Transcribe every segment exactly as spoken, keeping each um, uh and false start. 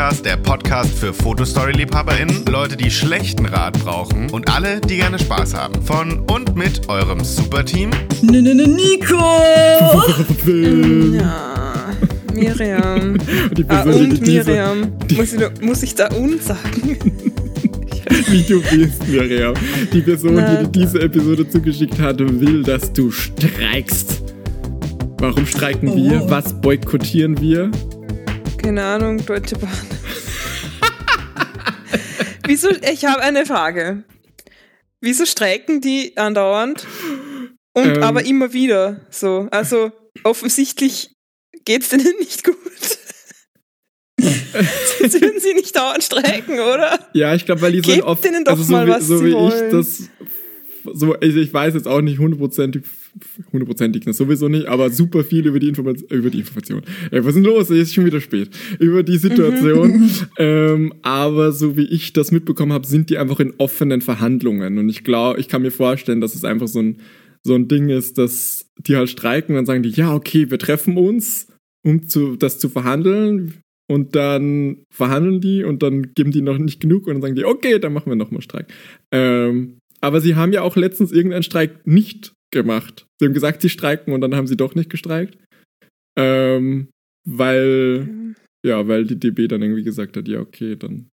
Podcast, der Podcast für Fotostory-LiebhaberInnen, Leute, die schlechten Rat brauchen und alle, die gerne Spaß haben. Von und mit eurem Superteam Nico! Ja, Miriam. Und, die ah, Person, und die Miriam. Diese, muss, ich, muss ich da und sagen? Wie du bist, Miriam. Die Person, Na, die dir diese Episode zugeschickt hat, will, dass du streikst. Warum streiken oh. wir? Was boykottieren wir? Keine Ahnung, Deutsche Bahn. Wieso? Ich habe eine Frage. Wieso streiken die andauernd und Ähm. aber immer wieder so? Also offensichtlich geht es denen nicht gut. Sonst würden sie nicht dauernd streiken, oder? Ja, ich glaube, weil die so Gebt oft, denen doch also so mal, wie, was so sie wie wollen. ich das, so, also ich weiß jetzt auch nicht hundertprozentig, hundertprozentig das sowieso nicht, aber super viel über die Information, über die Information. Ey, was ist denn los? Es ist schon wieder spät. Über die Situation. Mhm. ähm, aber so wie ich das mitbekommen habe, sind die einfach in offenen Verhandlungen. Und ich glaube, ich kann mir vorstellen, dass es einfach so ein, so ein Ding ist, dass die halt streiken und dann sagen die, ja, okay, wir treffen uns, um zu, das zu verhandeln. Und dann verhandeln die und dann geben die noch nicht genug und dann sagen die, okay, dann machen wir nochmal Streik. Ähm, aber sie haben ja auch letztens irgendeinen Streik nicht gemacht. Sie haben gesagt, sie streiken und dann haben sie doch nicht gestreikt. Ähm, weil, ja, weil die D B dann irgendwie gesagt hat, ja, okay, dann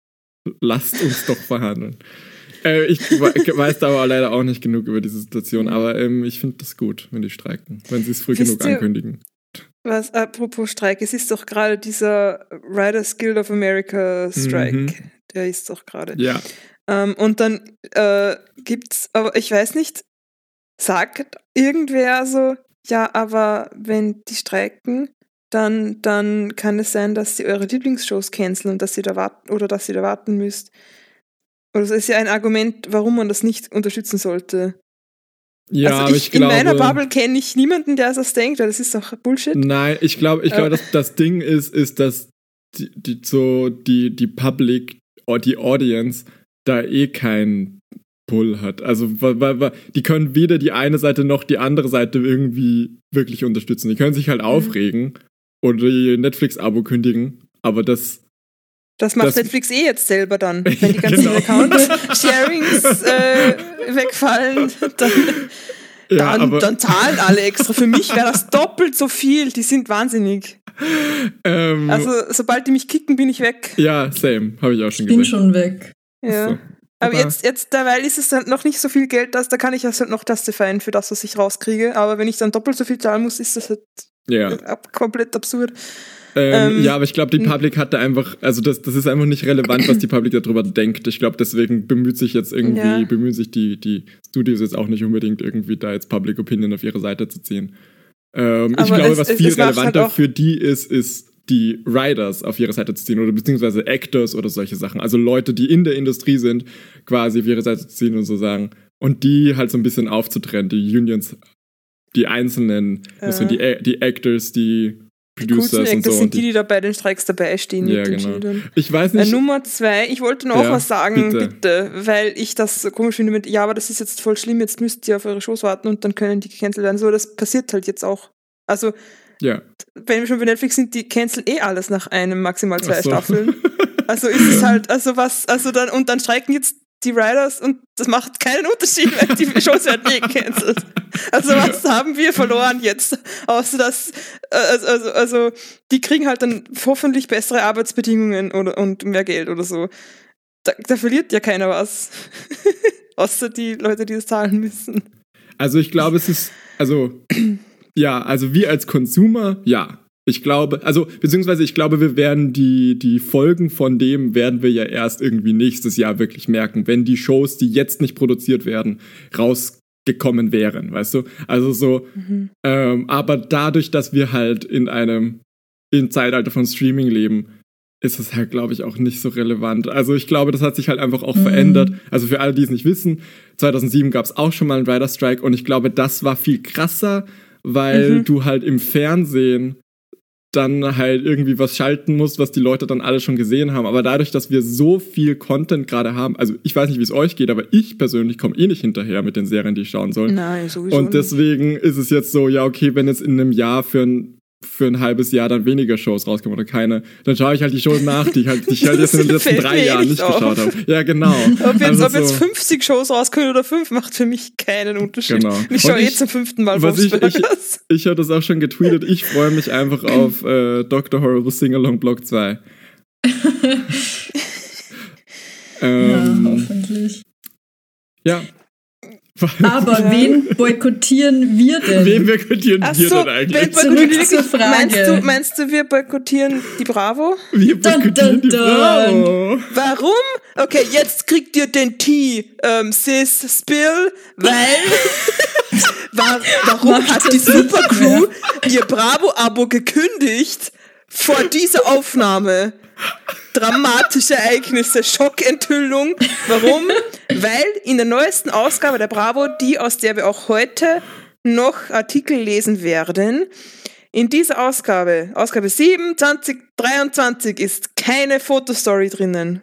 lasst uns doch verhandeln. äh, ich weiß da aber leider auch nicht genug über diese Situation, aber ähm, ich finde das gut, wenn die streiken, wenn sie es früh Wisst genug ihr, ankündigen. Was, apropos Streik, es ist doch gerade dieser Writers Guild of America Strike, Mhm. der ist doch gerade. Ja. Ähm, und dann äh, gibt's, aber ich weiß nicht, sagt irgendwer so, ja, aber wenn die streiken, dann, dann kann es sein, dass sie eure Lieblingsshows canceln und dass sie da warten oder dass ihr da warten müsst. Oder das ist ja ein Argument, warum man das nicht unterstützen sollte. Ja, also aber ich, ich glaube, in meiner Bubble kenne ich niemanden, der das denkt, weil das ist doch Bullshit. Nein, ich glaube, ich glaube, Äh. dass das Ding ist, ist, dass die, die so die die Public, die Audience da eh keinen Pull hat. Also weil, weil, weil, die können weder die eine Seite noch die andere Seite irgendwie wirklich unterstützen. Die können sich halt Mhm. aufregen oder ihr Netflix-Abo kündigen, aber das Das macht Das- Netflix eh jetzt selber dann. Wenn die ganzen Genau. Account-Sharings äh, wegfallen, dann, ja, dann, aber dann zahlen alle extra. Für mich wäre das doppelt so viel. Die sind wahnsinnig. ähm, Also sobald die mich kicken, bin ich weg. ja, same, habe ich auch schon Ich bin gesagt. schon weg. Ja. So. Aber Aber- jetzt, jetzt derweil ist es dann noch nicht so viel Geld, dass, da kann ich das halt noch justifieren für das, was ich rauskriege. Aber wenn ich dann doppelt so viel zahlen muss, ist das halt Ja. ab, komplett absurd. Ähm, Ähm, ja, aber ich glaube, die Public hat da einfach, also das, das ist einfach nicht relevant, was die Public darüber denkt. Ich glaube, deswegen bemüht sich jetzt irgendwie, Ja. bemühen sich die, die Studios jetzt auch nicht unbedingt irgendwie da jetzt Public Opinion auf ihre Seite zu ziehen. Ähm, ich Aber glaube, es- was es- viel es macht halt relevanter auch- für die ist, ist die Writers auf ihre Seite zu ziehen oder beziehungsweise Actors oder solche Sachen. Also Leute, die in der Industrie sind, quasi auf ihre Seite zu ziehen und so sagen. Und die halt so ein bisschen aufzutrennen, die Unions, die einzelnen, das sind die, A- die Actors, die Die coolsten Producers und Actors so. sind und die, die da bei den Streiks dabei stehen Ja, mit den genau. Schildern. Ich weiß Äh, nicht. Nummer zwei, ich wollte noch Ja, was sagen, bitte. bitte. weil ich das so komisch finde mit, ja, aber das ist jetzt voll schlimm, jetzt müsst ihr auf eure Shows warten und dann können die gecancelt werden. So, das passiert halt jetzt auch. Also, Ja. wenn wir schon bei Netflix sind, die canceln eh alles nach einem, maximal zwei Ach so. Staffeln. Also ist es halt, also was, also dann, und dann streiken jetzt die Writers und das macht keinen Unterschied, weil die Shows werden eh gecancelt. Also was haben wir verloren jetzt? Außer dass, äh, also, also, also die kriegen halt dann hoffentlich bessere Arbeitsbedingungen oder, und mehr Geld oder so. Da, da verliert ja keiner was. Außer die Leute, die das zahlen müssen. Also ich glaube, es ist, also, ja, also wir als Consumer, ja. Ich glaube, also, beziehungsweise ich glaube, wir werden die, die Folgen von dem werden wir ja erst irgendwie nächstes Jahr wirklich merken, wenn die Shows, die jetzt nicht produziert werden, rausgekommen wären, weißt du? Also so, Mhm. ähm, aber dadurch, dass wir halt in einem, im Zeitalter von Streaming leben, ist es halt, glaube ich, auch nicht so relevant. Also ich glaube, das hat sich halt einfach auch Mhm. verändert. Also für alle, die es nicht wissen, zweitausendsieben gab es auch schon mal einen Writer Strike und ich glaube, das war viel krasser, weil Mhm. du halt im Fernsehen dann halt irgendwie was schalten musst, was die Leute dann alle schon gesehen haben. Aber dadurch, dass wir so viel Content gerade haben, also ich weiß nicht, wie es euch geht, aber ich persönlich komme eh nicht hinterher mit den Serien, die ich schauen soll. Nein, sowieso Und deswegen ist es jetzt so, ja, okay, wenn jetzt in einem Jahr für ein für ein halbes Jahr dann weniger Shows rauskommen oder keine, dann schaue ich halt die Shows nach, die ich halt, die ich halt jetzt in den letzten drei Jahren nicht auf. geschaut habe. Ja, genau. Ob jetzt, also ob jetzt so. fünfzig Shows rauskommen oder fünf, macht für mich keinen Unterschied. Genau. Ich schaue ich, eh zum fünften Mal was ich, ich, Burgers. ich habe das auch schon getweetet, ich freue mich einfach auf äh, Doktor Horrible Sing-Along Block zwei. ähm, ja, hoffentlich. Ja. Aber ja. wen boykottieren wir denn? Wen boykottieren Ach wir so, denn eigentlich? Zurück zur Frage. Meinst du, meinst du, wir boykottieren die Bravo? Wir boykottieren dun, dun, die Bravo. Warum? Okay, jetzt kriegt ihr den Tee, ähm, Sis Spill, weil war, warum Macht hat das die nicht Supercrew ihr Bravo-Abo gekündigt vor dieser Aufnahme? Dramatische Ereignisse, Schockenthüllung. Warum? Weil in der neuesten Ausgabe der Bravo, die aus der wir auch heute noch Artikel lesen werden, in dieser Ausgabe, Ausgabe sieben zwanzig dreiundzwanzig, ist keine Fotostory drinnen.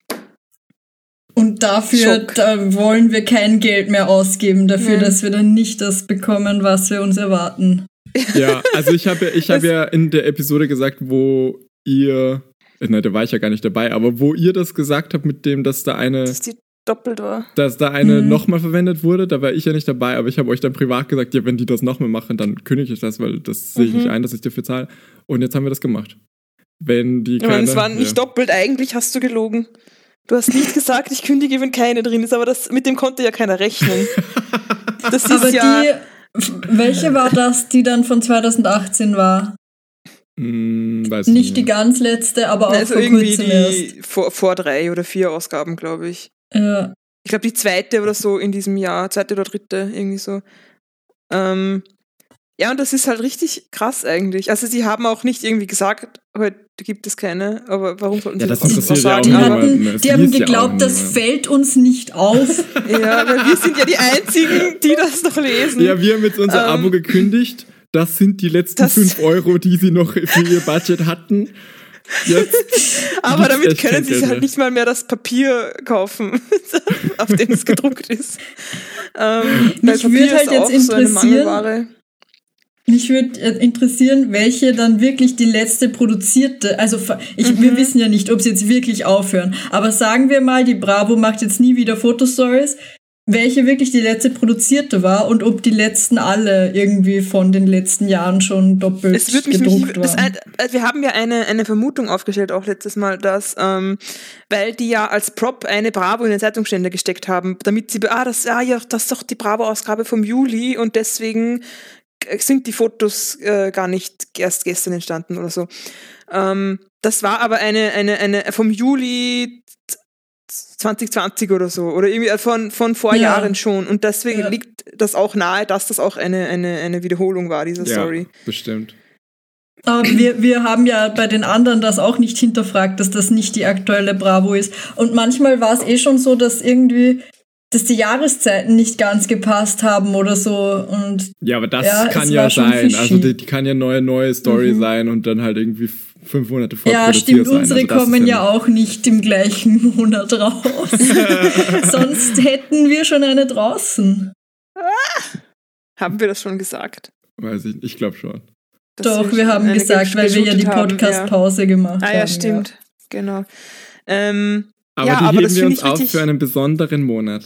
Und dafür da wollen wir kein Geld mehr ausgeben, dafür, ja. dass wir dann nicht das bekommen, was wir uns erwarten. Ja, also ich habe ja, ich hab ja in der Episode gesagt, wo ihr... Nein, da war ich ja gar nicht dabei, aber wo ihr das gesagt habt mit dem, dass da eine... Dass die doppelt war. Dass da eine mhm. nochmal verwendet wurde, da war ich ja nicht dabei, aber ich habe euch dann privat gesagt, ja, wenn die das nochmal machen, dann kündige ich das, weil das sehe ich mhm. nicht ein, dass ich dafür zahle. Und jetzt haben wir das gemacht. Wenn die keine... Ja, es war nicht ja. doppelt, eigentlich hast du gelogen. Du hast nicht gesagt, ich kündige, wenn keine drin ist, aber das, mit dem konnte ja keiner rechnen. Das ist aber ja... die... Welche war das, die dann von zwanzig achtzehn war? Hm, weiß nicht nicht die ganz letzte, aber auch also vor irgendwie kurzem die erst. Vor, vor drei oder vier Ausgaben, glaube ich. Ja. Ich glaube, die zweite oder so in diesem Jahr, zweite oder dritte, irgendwie so. Ähm, ja, und das ist halt richtig krass eigentlich. Also sie haben auch nicht irgendwie gesagt, heute gibt es keine, aber warum sollten sie ja, das das interessiert auch Die, sagen? ja auch hatten, niemanden. die haben liest ja geglaubt, auch das niemand. fällt uns nicht auf. Ja, weil wir sind ja die Einzigen, die das noch lesen. Ja, wir haben jetzt unser Ähm, Abo gekündigt. Das sind die letzten das- fünf Euro, die sie noch für ihr Budget hatten. Jetzt Aber gibt's damit echt können kein sie Geld halt mehr. nicht mal mehr das Papier kaufen, auf dem es gedruckt ist. Ähm, weil Mich Papier würde halt ist jetzt auch so eine interessieren- Mangelware. Mich würde interessieren, welche dann wirklich die letzte produzierte, also ich, Mhm. wir wissen ja nicht, ob sie jetzt wirklich aufhören, aber sagen wir mal, die Bravo macht jetzt nie wieder Fotostories, welche wirklich die letzte produzierte war und ob die letzten alle irgendwie von den letzten Jahren schon doppelt Es wird mich gedruckt nicht, das, waren. äh, wir haben ja eine, eine Vermutung aufgestellt, auch letztes Mal, dass, ähm, weil die ja als Prop eine Bravo in den Zeitungsständer gesteckt haben, damit sie, ah, das, ah, ja, das ist doch die Bravo-Ausgabe vom Juli und deswegen sind die Fotos äh, gar nicht erst gestern entstanden oder so. Ähm, das war aber eine, eine, eine vom Juli zwanzig zwanzig oder so, oder irgendwie von, von vor Ja. Jahren schon. Und deswegen Ja. liegt das auch nahe, dass das auch eine, eine, eine Wiederholung war, dieser Ja, Story. bestimmt. Aber wir, wir haben ja bei den anderen das auch nicht hinterfragt, dass das nicht die aktuelle Bravo ist. Und manchmal war es eh schon so, dass irgendwie, dass die Jahreszeiten nicht ganz gepasst haben oder so. Und Ja, aber das Ja, kann es ja war schon sein. fishy. Also die, die kann ja neue neue Story Mhm. sein und dann halt irgendwie f- fünf Monate ja, vorproduziert stimmt, sein. unsere Also das kommen ist ja auch nicht im gleichen Monat raus. Sonst hätten wir schon eine draußen. Haben wir das schon gesagt? Weiß ich, ich glaube schon. Dass Doch, schon wir haben eine gesagt, weil wir ja die geshootet haben, Podcast-Pause gemacht ja. haben. Ah ja, stimmt. Genau. Ähm, Aber ja, die aber heben das wir finde uns ich auf richtig... für einen besonderen Monat.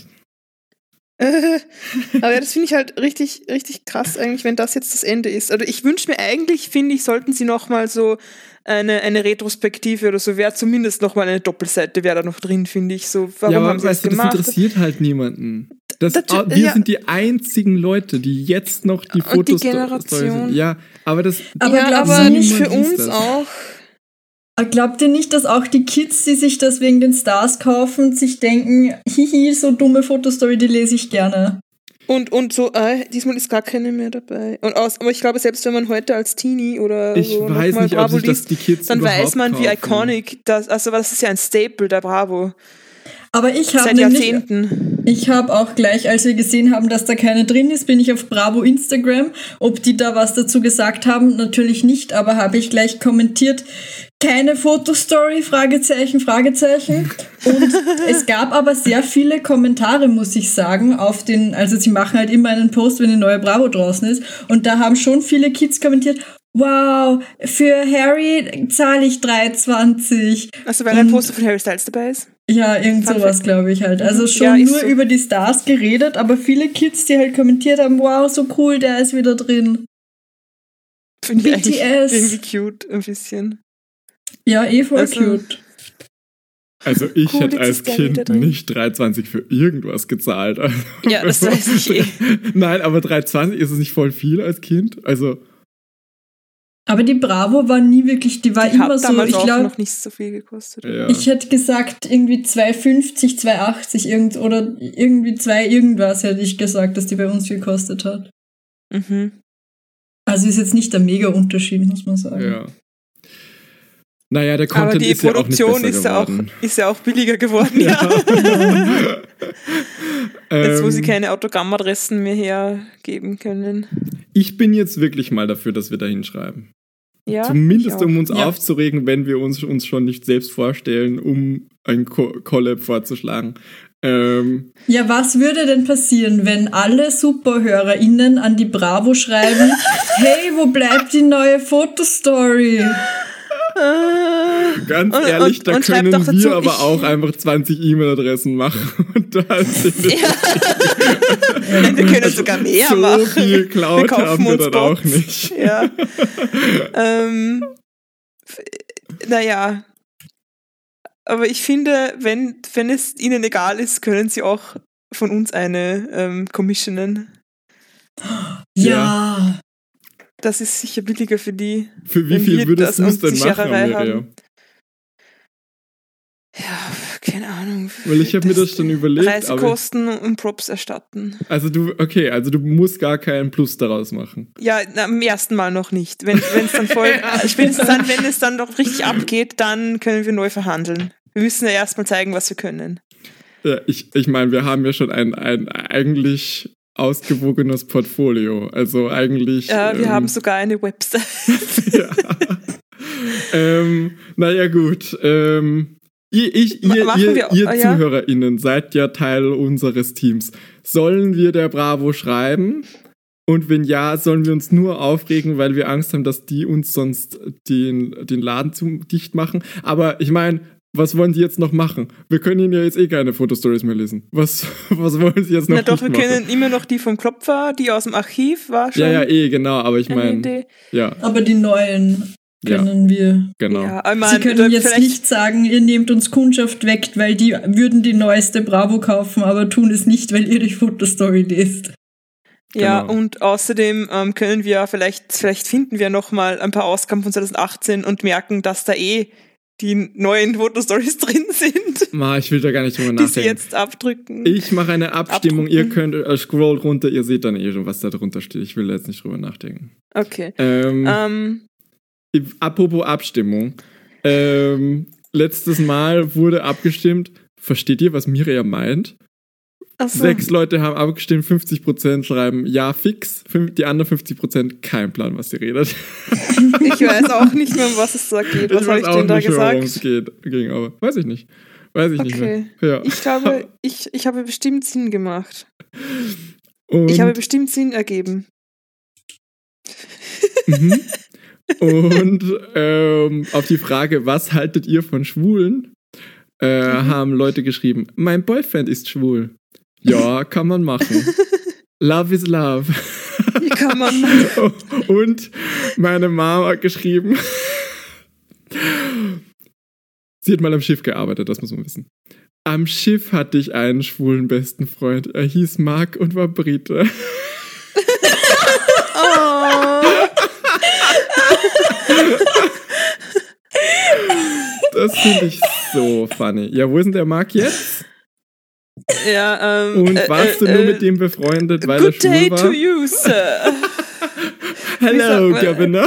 aber ja, das finde ich halt richtig, richtig krass eigentlich, wenn das jetzt das Ende ist. Also ich wünsche mir eigentlich, finde ich, sollten sie nochmal so eine, eine Retrospektive oder so, wäre zumindest nochmal eine Doppelseite, wäre da noch drin, finde ich. So, warum ja, aber haben sie das weißt du, das gemacht? interessiert halt niemanden. Das, Das- wir ja. sind die einzigen Leute, die jetzt noch die Und Fotos die Generation. sind. Ja, aber das Aber ja, glaubst aber du, nicht für niemand liest uns das. auch. Glaubt ihr nicht, dass auch die Kids, die sich das wegen den Stars kaufen, sich denken, hihi, so dumme Fotostory, die lese ich gerne. Und, und so, äh, diesmal ist gar keine mehr dabei. Und aus, aber ich glaube, selbst wenn man heute als Teenie oder ich so weiß nochmal nicht, ob Bravo sich das liest, die Kids dann überhaupt weiß man, wie kaufen. iconic das, also das ist ja ein Staple der Bravo. Aber ich habe Seit nämlich, Jahrzehnten. ich habe auch gleich, als wir gesehen haben, dass da keine drin ist, bin ich auf Bravo Instagram. Ob die da was dazu gesagt haben, natürlich nicht, aber habe ich gleich kommentiert, keine Fotostory, Fragezeichen, Fragezeichen. Und es gab aber sehr viele Kommentare, muss ich sagen, auf den, also sie machen halt immer einen Post, wenn eine neue Bravo draußen ist. Und da haben schon viele Kids kommentiert, wow, für Harry zahle ich drei zwanzig. Also weil ein Poster von Harry Styles dabei ist? Ja, irgend Fun sowas, Fact. glaube ich halt. Also schon Ja, ist nur so. über die Stars geredet, aber viele Kids, die halt kommentiert haben, wow, so cool, der ist wieder drin. Finde ich B T S. eigentlich irgendwie cute, ein bisschen. Ja, eh voll Also- cute. Also ich Cool, hätte jetzt als ist der wieder Kind drin. nicht drei zwanzig für irgendwas gezahlt. Also, Ja, das weiß ich eh. Nein, aber drei zwanzig ist es nicht voll viel als Kind? Also Aber die Bravo war nie wirklich, die war Die immer hat so, damals ich auch glaube, noch nicht so viel gekostet. ja. ich hätte gesagt, irgendwie zwei fünfzig, zwei achtzig irgend, oder irgendwie zwei irgendwas hätte ich gesagt, dass die bei uns gekostet hat. Mhm. Also ist jetzt nicht der Mega-Unterschied, muss man sagen. ja. Naja, der Aber Content die ist ja auch nicht Produktion besser ist ja, auch, geworden. ist ja auch billiger geworden. Ja. Jetzt, wo sie Ähm, keine Autogrammadressen mehr hergeben können. Ich bin jetzt wirklich mal dafür, dass wir da hinschreiben. Ja, Zumindest ich auch. um uns Ja. aufzuregen, wenn wir uns, uns schon nicht selbst vorstellen, um ein Co- Collab vorzuschlagen. Ähm, Ja, was würde denn passieren, wenn alle SuperhörerInnen an die Bravo schreiben, hey, wo bleibt die neue Fotostory? ganz Und- ehrlich, und- da und schreibt können doch dazu, wir aber ich- auch einfach zwanzig E-Mail-Adressen machen. Und da sind wir Ja, wir können sogar mehr so machen. viel Cloud Wir kaufen haben wir uns dann auch Bots. nicht. Ja. ähm, f- naja. Aber ich finde, wenn, wenn es ihnen egal ist, können sie auch von uns eine ähm, commissionen. Ja. Das ist sicher billiger für die. Für wie Wenn viel wir würdest das du es und denn die machen, Schererei Amelia? haben. Ja, keine Ahnung. Weil ich habe mir das schon überlegt, aber Reisekosten und Props erstatten. also du, okay, also du musst gar keinen Plus daraus machen. Ja, na, am ersten Mal noch nicht. Wenn es dann voll, spätestens dann, wenn es dann doch richtig abgeht, dann können wir neu verhandeln. Wir müssen ja erstmal zeigen, was wir können. Ja, ich, ich meine, wir haben ja schon ein, ein eigentlich ausgewogenes Portfolio. Also eigentlich. Ja, wir ähm, haben sogar eine Website. ja. ähm, naja, gut. Ähm, ihr, ich, ihr, Machen ihr, wir- ihr ah, ja. ZuhörerInnen seid ja Teil unseres Teams. Sollen wir der Bravo schreiben? Und wenn ja, sollen wir uns nur aufregen, weil wir Angst haben, dass die uns sonst den, den Laden zu dicht machen? Aber ich meine, was wollen die jetzt noch machen? Wir können ihnen ja jetzt eh keine Fotostories mehr lesen. Was, was wollen sie jetzt noch Na doch, nicht wir machen? können immer noch die vom Klopfer, die aus dem Archiv war schon. Ja, ja, eh, genau. Aber ich eine meine, Idee. ja, Aber die neuen Ja. können wir. genau. Ja, aber Sie man, können jetzt vielleicht, nicht sagen, ihr nehmt uns Kundschaft weg, weil die würden die neueste Bravo kaufen, aber tun es nicht, weil ihr die Fotostory lest. Ja, Genau. und außerdem ähm, können wir vielleicht, vielleicht finden wir nochmal ein paar Ausgaben von zwanzig achtzehn und merken, dass da eh die neuen Fotostories drin sind, Ma, ich will da gar nicht drüber die sie nachdenken. jetzt abdrücken. Ich mache eine Abstimmung, ihr Abdrucken. könnt äh, scroll runter, ihr seht dann eh schon, was da drunter steht. Ich will da jetzt nicht drüber nachdenken. Okay. Ähm, Ähm, apropos Abstimmung. Ähm, letztes Mal wurde abgestimmt. Versteht ihr, was Miriam meint? achso. Sechs Leute haben abgestimmt, fünfzig Prozent schreiben ja fix, fünf, die anderen fünfzig Prozent kein Plan, was sie redet. Ich weiß auch nicht mehr, um was es da geht. Was habe ich auch denn da nicht mehr, worum es gesagt? geht, ging, aber weiß ich nicht. Weiß ich nicht Okay. mehr. Ja. Ich glaube, ich, ich habe bestimmt Sinn gemacht. Und, Ich habe bestimmt Sinn ergeben. mhm. Und ähm, auf die Frage, was haltet ihr von Schwulen, äh, Mhm. haben Leute geschrieben, mein Boyfriend ist schwul. Ja, kann man machen. Love is love. Wie kann man machen? Und meine Mama hat geschrieben, sie hat mal am Schiff gearbeitet, das muss man wissen. Am Schiff hatte ich einen schwulen besten Freund. Er hieß Mark und war Brite. Oh. Das finde ich so funny. Ja, wo ist denn der Mark jetzt? Ja, ähm, Und äh, warst du äh, nur äh, mit dem befreundet, weil Good er day schwul war? to you, sir. Hello, Wie sagt man- Governor.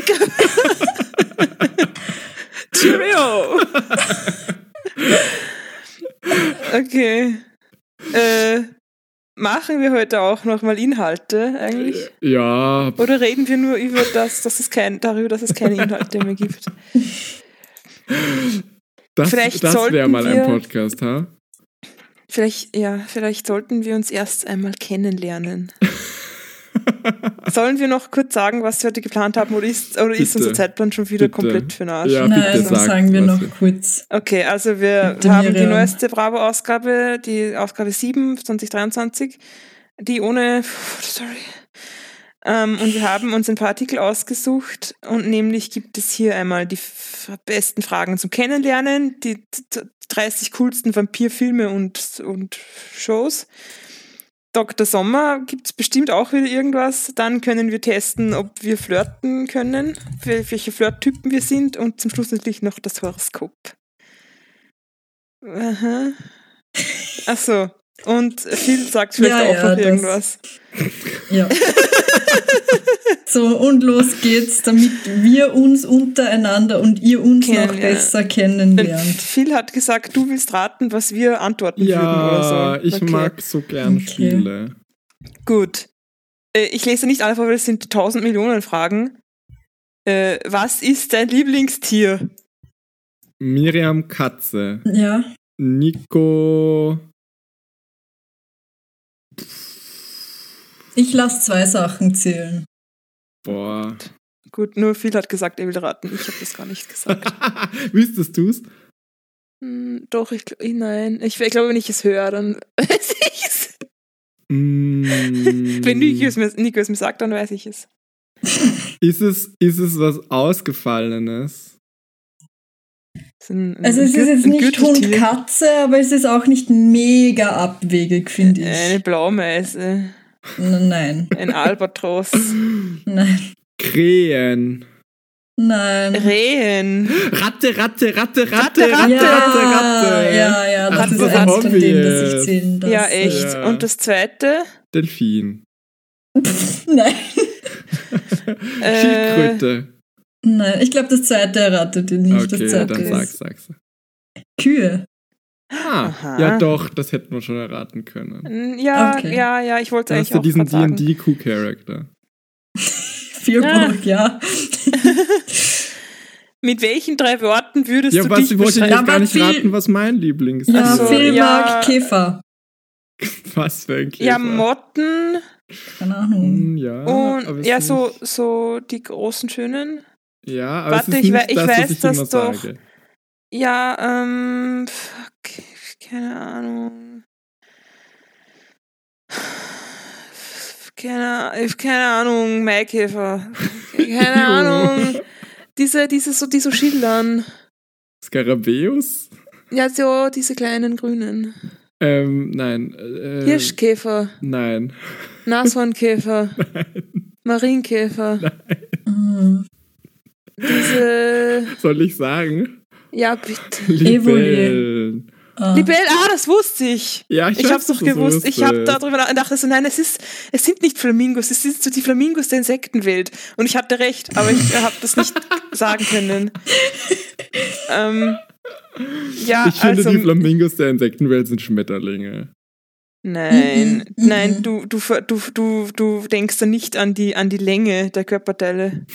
Cheerio. Okay. Äh, machen wir heute auch nochmal Inhalte eigentlich? Ja, pff, Oder reden wir nur über das, dass es kein, darüber, dass es keine Inhalte mehr gibt? das, vielleicht das wäre sollten mal ein wir- Podcast, ha? Vielleicht, ja, vielleicht sollten wir uns erst einmal kennenlernen. Sollen wir noch kurz sagen, was wir heute geplant haben, oder ist, oder ist Bitte. unser Zeitplan schon wieder Bitte. komplett für den Arsch? Ja, Nein, bitte das sag, sagen wir was noch wir- kurz. Okay, also wir Bitte, haben die Miriam. neueste Bravo-Ausgabe, die Ausgabe sieben zwanzig dreiundzwanzig, die ohne Story. Ähm, und wir haben uns ein paar Artikel ausgesucht und nämlich gibt es hier einmal die f- besten Fragen zum Kennenlernen, die t- dreißig coolsten Vampirfilme und, und Shows. Doktor Sommer gibt es bestimmt auch wieder irgendwas. Dann können wir testen, ob wir flirten können, wel- welche Flirttypen wir sind und zum Schluss natürlich noch das Horoskop. Aha. Achso. Und Phil sagt vielleicht Ja, auch ja, noch das- irgendwas. Ja. So, und los geht's, damit wir uns untereinander und ihr uns noch Kennenlernen. besser Denn kennenlernt. Phil hat gesagt, du willst raten, was wir antworten würden oder Ja, so. ich Okay. mag so gern Okay. Spiele. Gut. Äh, ich lese nicht alle vor, weil es sind tausend Millionen Fragen. Äh, was ist dein Lieblingstier? Miriam Katze. Ja. Nico. Ich lasse zwei Sachen zählen. Boah. Gut, nur Phil hat gesagt, er will raten. Ich habe das gar nicht gesagt. Wüsstest du's? Hm, doch, ich glaube, nein. Ich, ich glaube, wenn ich es höre, dann weiß ich es. Mm. Wenn Nico es, mir, Nico es mir sagt, dann weiß ich es. Ist es, ist es was Ausgefallenes? Es ist ein, ein Also es ist Gür- jetzt ein nicht Hund, Gürteltier. Katze, aber es ist auch nicht mega abwegig, finde ich. Eine Blaumeise. N- Nein, Ein Albatros. nein, Krähen. nein. Rehen. Ratte, Ratte, Ratte, Ratte, Ratte, Ratte, ja, Ratte, Ratte. ja, ja, das Ach, ist das ist eins von denen, das ich obvious. zählen darf. Ja, echt. Ja. Und das zweite? Delfin. Nein, Äh, Schildkröte. nein, ich glaube, das zweite erratet ihr nicht. Okay, das zweite dann ist sag's, sag's. Kühe. Ah, Aha. ja doch, das hätten wir schon erraten können. n- Ja, Okay. ja, ja, ich wollte Da eigentlich hast du auch diesen grad sagen. D and D-Q-Charakter. Vierburg, ja. Mit welchen drei Worten würdest Ja, du was, dich ich wollte beschreiben? jetzt Aber gar nicht viel- raten, was mein Lieblings Ja, Ach so, Phil ja. mag Käfer. Was für ein Käfer. Ja, Motten Keine Ahnung. Hm, ja, aber und es ja, ist so, nicht- so die großen, schönen. Ja, aber Warte, es ist ich nicht wei- ich das, weiß was ich das immer doch. sage. Ja, ähm, fuck, keine Ahnung. Keine, keine Ahnung, Maikäfer. Keine Ahnung. Diese, diese so, die so schildern. Skarabäus? Ja, so diese kleinen grünen. Ähm, nein. Äh, Hirschkäfer, Nein. Nashornkäfer, Marienkäfer. Mhm. Diese, Soll ich sagen? ja bitte. Libellen. Ah. Libelle, ah, das wusste ich. Ja, ich, Ich weiß, hab's doch dass du's gewusst. Ich habe wusstest. darüber nachgedacht, also nein, es ist, es sind nicht Flamingos, es sind so die Flamingos der Insektenwelt. Und ich hatte recht, aber ich habe das nicht sagen können. Ähm, ja, Ich finde, also die Flamingos der Insektenwelt sind Schmetterlinge. nein, Mhm, nein, mhm. du, du, du, du, du denkst da nicht an die, an die Länge der Körperteile.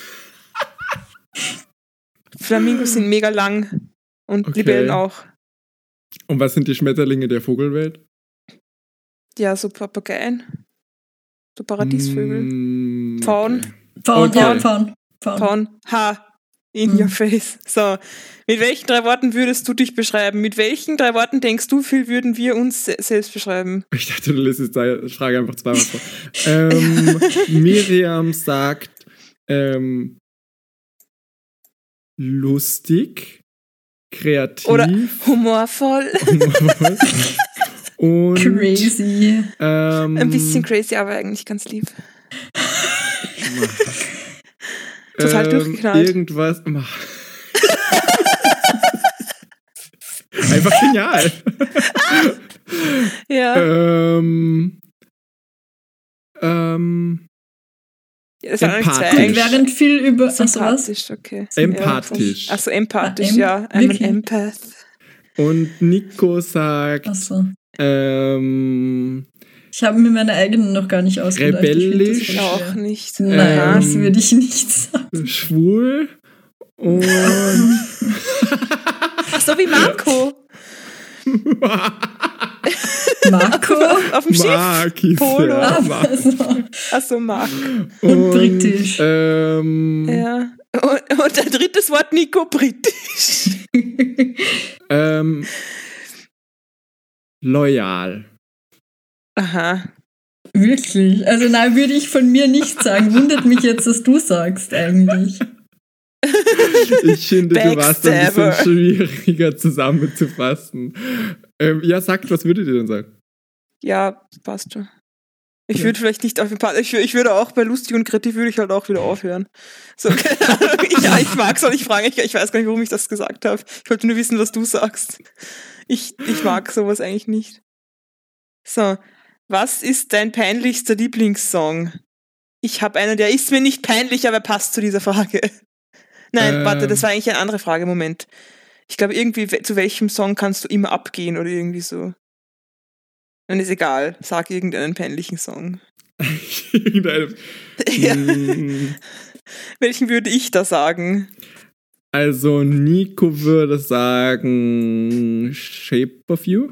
Flamingos sind mega lang und Okay. Libellen auch. Und was sind die Schmetterlinge der Vogelwelt? Ja, so Papageien, so Paradiesvögel, Mm, Pfauen. okay. Faun, Okay. ja, Faun. Faun. Faun, ha, in Mhm. your face. So, mit welchen drei Worten würdest du dich beschreiben? Mit welchen drei Worten denkst du, viel würden wir uns se selbst beschreiben? Ich dachte, du lässt jetzt die Frage einfach zweimal vor. ähm, Miriam sagt ähm, lustig, kreativ Oder humorvoll, und Crazy. Ähm, ein bisschen crazy, aber eigentlich ganz lieb. Total ähm, durchgeknallt. Irgendwas. Einfach genial. Ja, ähm, ähm, das waren eigentlich zwei empathisch. Gut, eigentlich. während viel über. Achso, was? Sympathisch, okay. Empathisch. Achso, empathisch, Ah, em- ja. I'm an wirklich? Empath. und Nico sagt Achso. ähm, Ich habe mir meine eigenen noch gar nicht ausgedacht. Ich find das Rebellisch. voll Auch schwer. nicht. Nein, Ähm, das würde ich nicht sagen. schwul und Ach so wie Marco. Marco? Auf dem Schiff? Mark hieß Polo. der. Ah, Mark. also. Achso, Mark. Und britisch. Ähm, Ja. Und, und ein drittes Wort, Nico, britisch. ähm, loyal. Aha. Wirklich? Also nein, würde ich von mir nicht sagen. Wundert mich jetzt, dass du sagst eigentlich. Ich finde, du warst ein bisschen Backstabber. schwieriger zusammenzufassen. Ähm, ja, sagt, was würdet ihr denn sagen? Ja, passt schon. Ich Ja. würde vielleicht nicht auf den Part, ich, wür- ich würde auch bei lustig und kreativ würde ich halt auch wieder aufhören. So, keine Ahnung. Ich, ja, ich mag es auch nicht fragen, ich, ich weiß gar nicht, warum ich das gesagt habe. Ich wollte nur wissen, was du sagst. Ich, ich mag sowas eigentlich nicht. So, was ist dein peinlichster Lieblingssong? Ich habe einen, der ist mir nicht peinlich, aber passt zu dieser Frage. Nein, Ähm. warte, das war eigentlich eine andere Frage. Moment. Ich glaube, irgendwie, we- zu welchem Song kannst du immer abgehen oder irgendwie so. Dann ist egal. Sag irgendeinen peinlichen Song. Irgendeinem- Ja. Mm, Welchen würde ich da sagen? Also, Nico würde sagen Shape of You.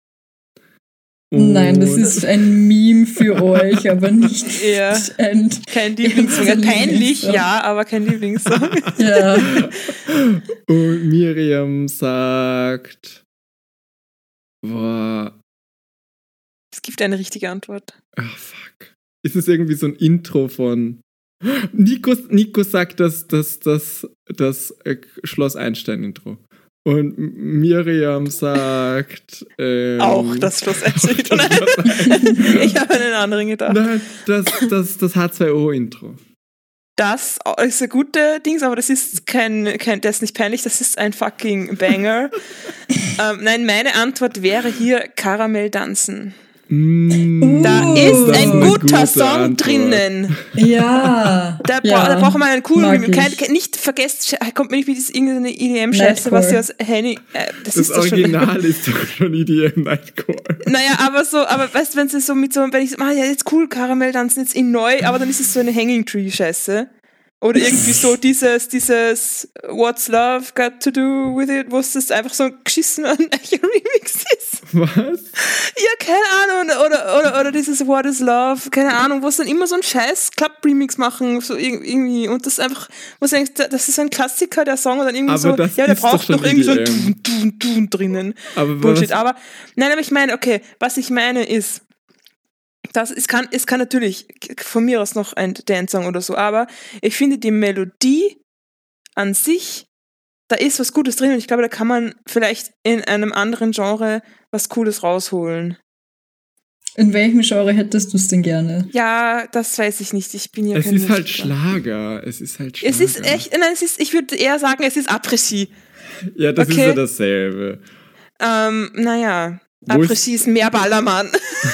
Nein, das Und- ist ein Meme für euch, aber nicht Ja. ein... Kein Lieblingssong. Kein Peinlich, Lieblingssong. ja, aber kein Lieblingssong. Ja. Und Miriam sagt. Boah. Es gibt eine richtige Antwort. Ach, fuck. Ist es irgendwie so ein Intro von. Nico, Nico sagt das, das, das, das äh, Schloss Einstein-Intro. Und M- Miriam sagt. Ähm, Auch das Schloss Einstein. das Schloss Einstein. Ich habe einen anderen gedacht. Nein, das, das, das H zwei O-Intro. Das ist ein guter Dings, aber das ist kein, kein, das ist nicht peinlich, das ist ein fucking Banger. ähm, nein, meine Antwort wäre hier Karamell tanzen. Mm, Da Uh, ist das ein ist eine guter gute Song Antwort. drinnen. Ja. Da, bra ja. da brauchen wir einen coolen Mag Remix. Kein, ich. kein, nicht vergesst, kommt mir nicht mit dieser irgendeine E D M-Scheiße, was sie aus Henny. Äh, das, Das ist doch schon. Original ist doch schon E D M Nightcore. Naja, aber so, aber weißt du, wenn sie so mit so, wenn ich so, ah ja, jetzt cool, Karamell tanzen jetzt in neu, aber dann ist es so eine Hanging Tree-Scheiße. Oder irgendwie so dieses, dieses What's Love Got to Do with It, wo es das einfach so ein geschissener Remix ist. Was? Ja, keine Ahnung. Oder, oder, oder dieses What is Love, keine Ahnung, wo es dann immer so einen scheiß Club-Remix machen, so ir- irgendwie. Und das ist einfach, wo du denkst, das ist ein Klassiker, der Song, und dann irgendwie Aber so, das ja, der ist doch braucht schon noch irgendwie so ein E D M. Tun, Tun, Tun drinnen. Aber Bullshit. was- Aber, nein, aber ich meine, okay, was ich meine ist, das, es kann, es kann natürlich von mir aus noch ein Dance-Song oder so, aber ich finde die Melodie an sich, da ist was Gutes drin und ich glaube, da kann man vielleicht in einem anderen Genre was Cooles rausholen. In welchem Genre hättest du es denn gerne? Ja, das weiß ich nicht. Ich bin ja Es kein ist halt Musiker. Schlager. Es ist halt Schlager. Es ist echt, nein, es ist, ich würde eher sagen, es ist Après-Ski. Ja, das ist okay. ja dasselbe. Ähm, naja, Wo ist- Après-Ski ist mehr Ballermann.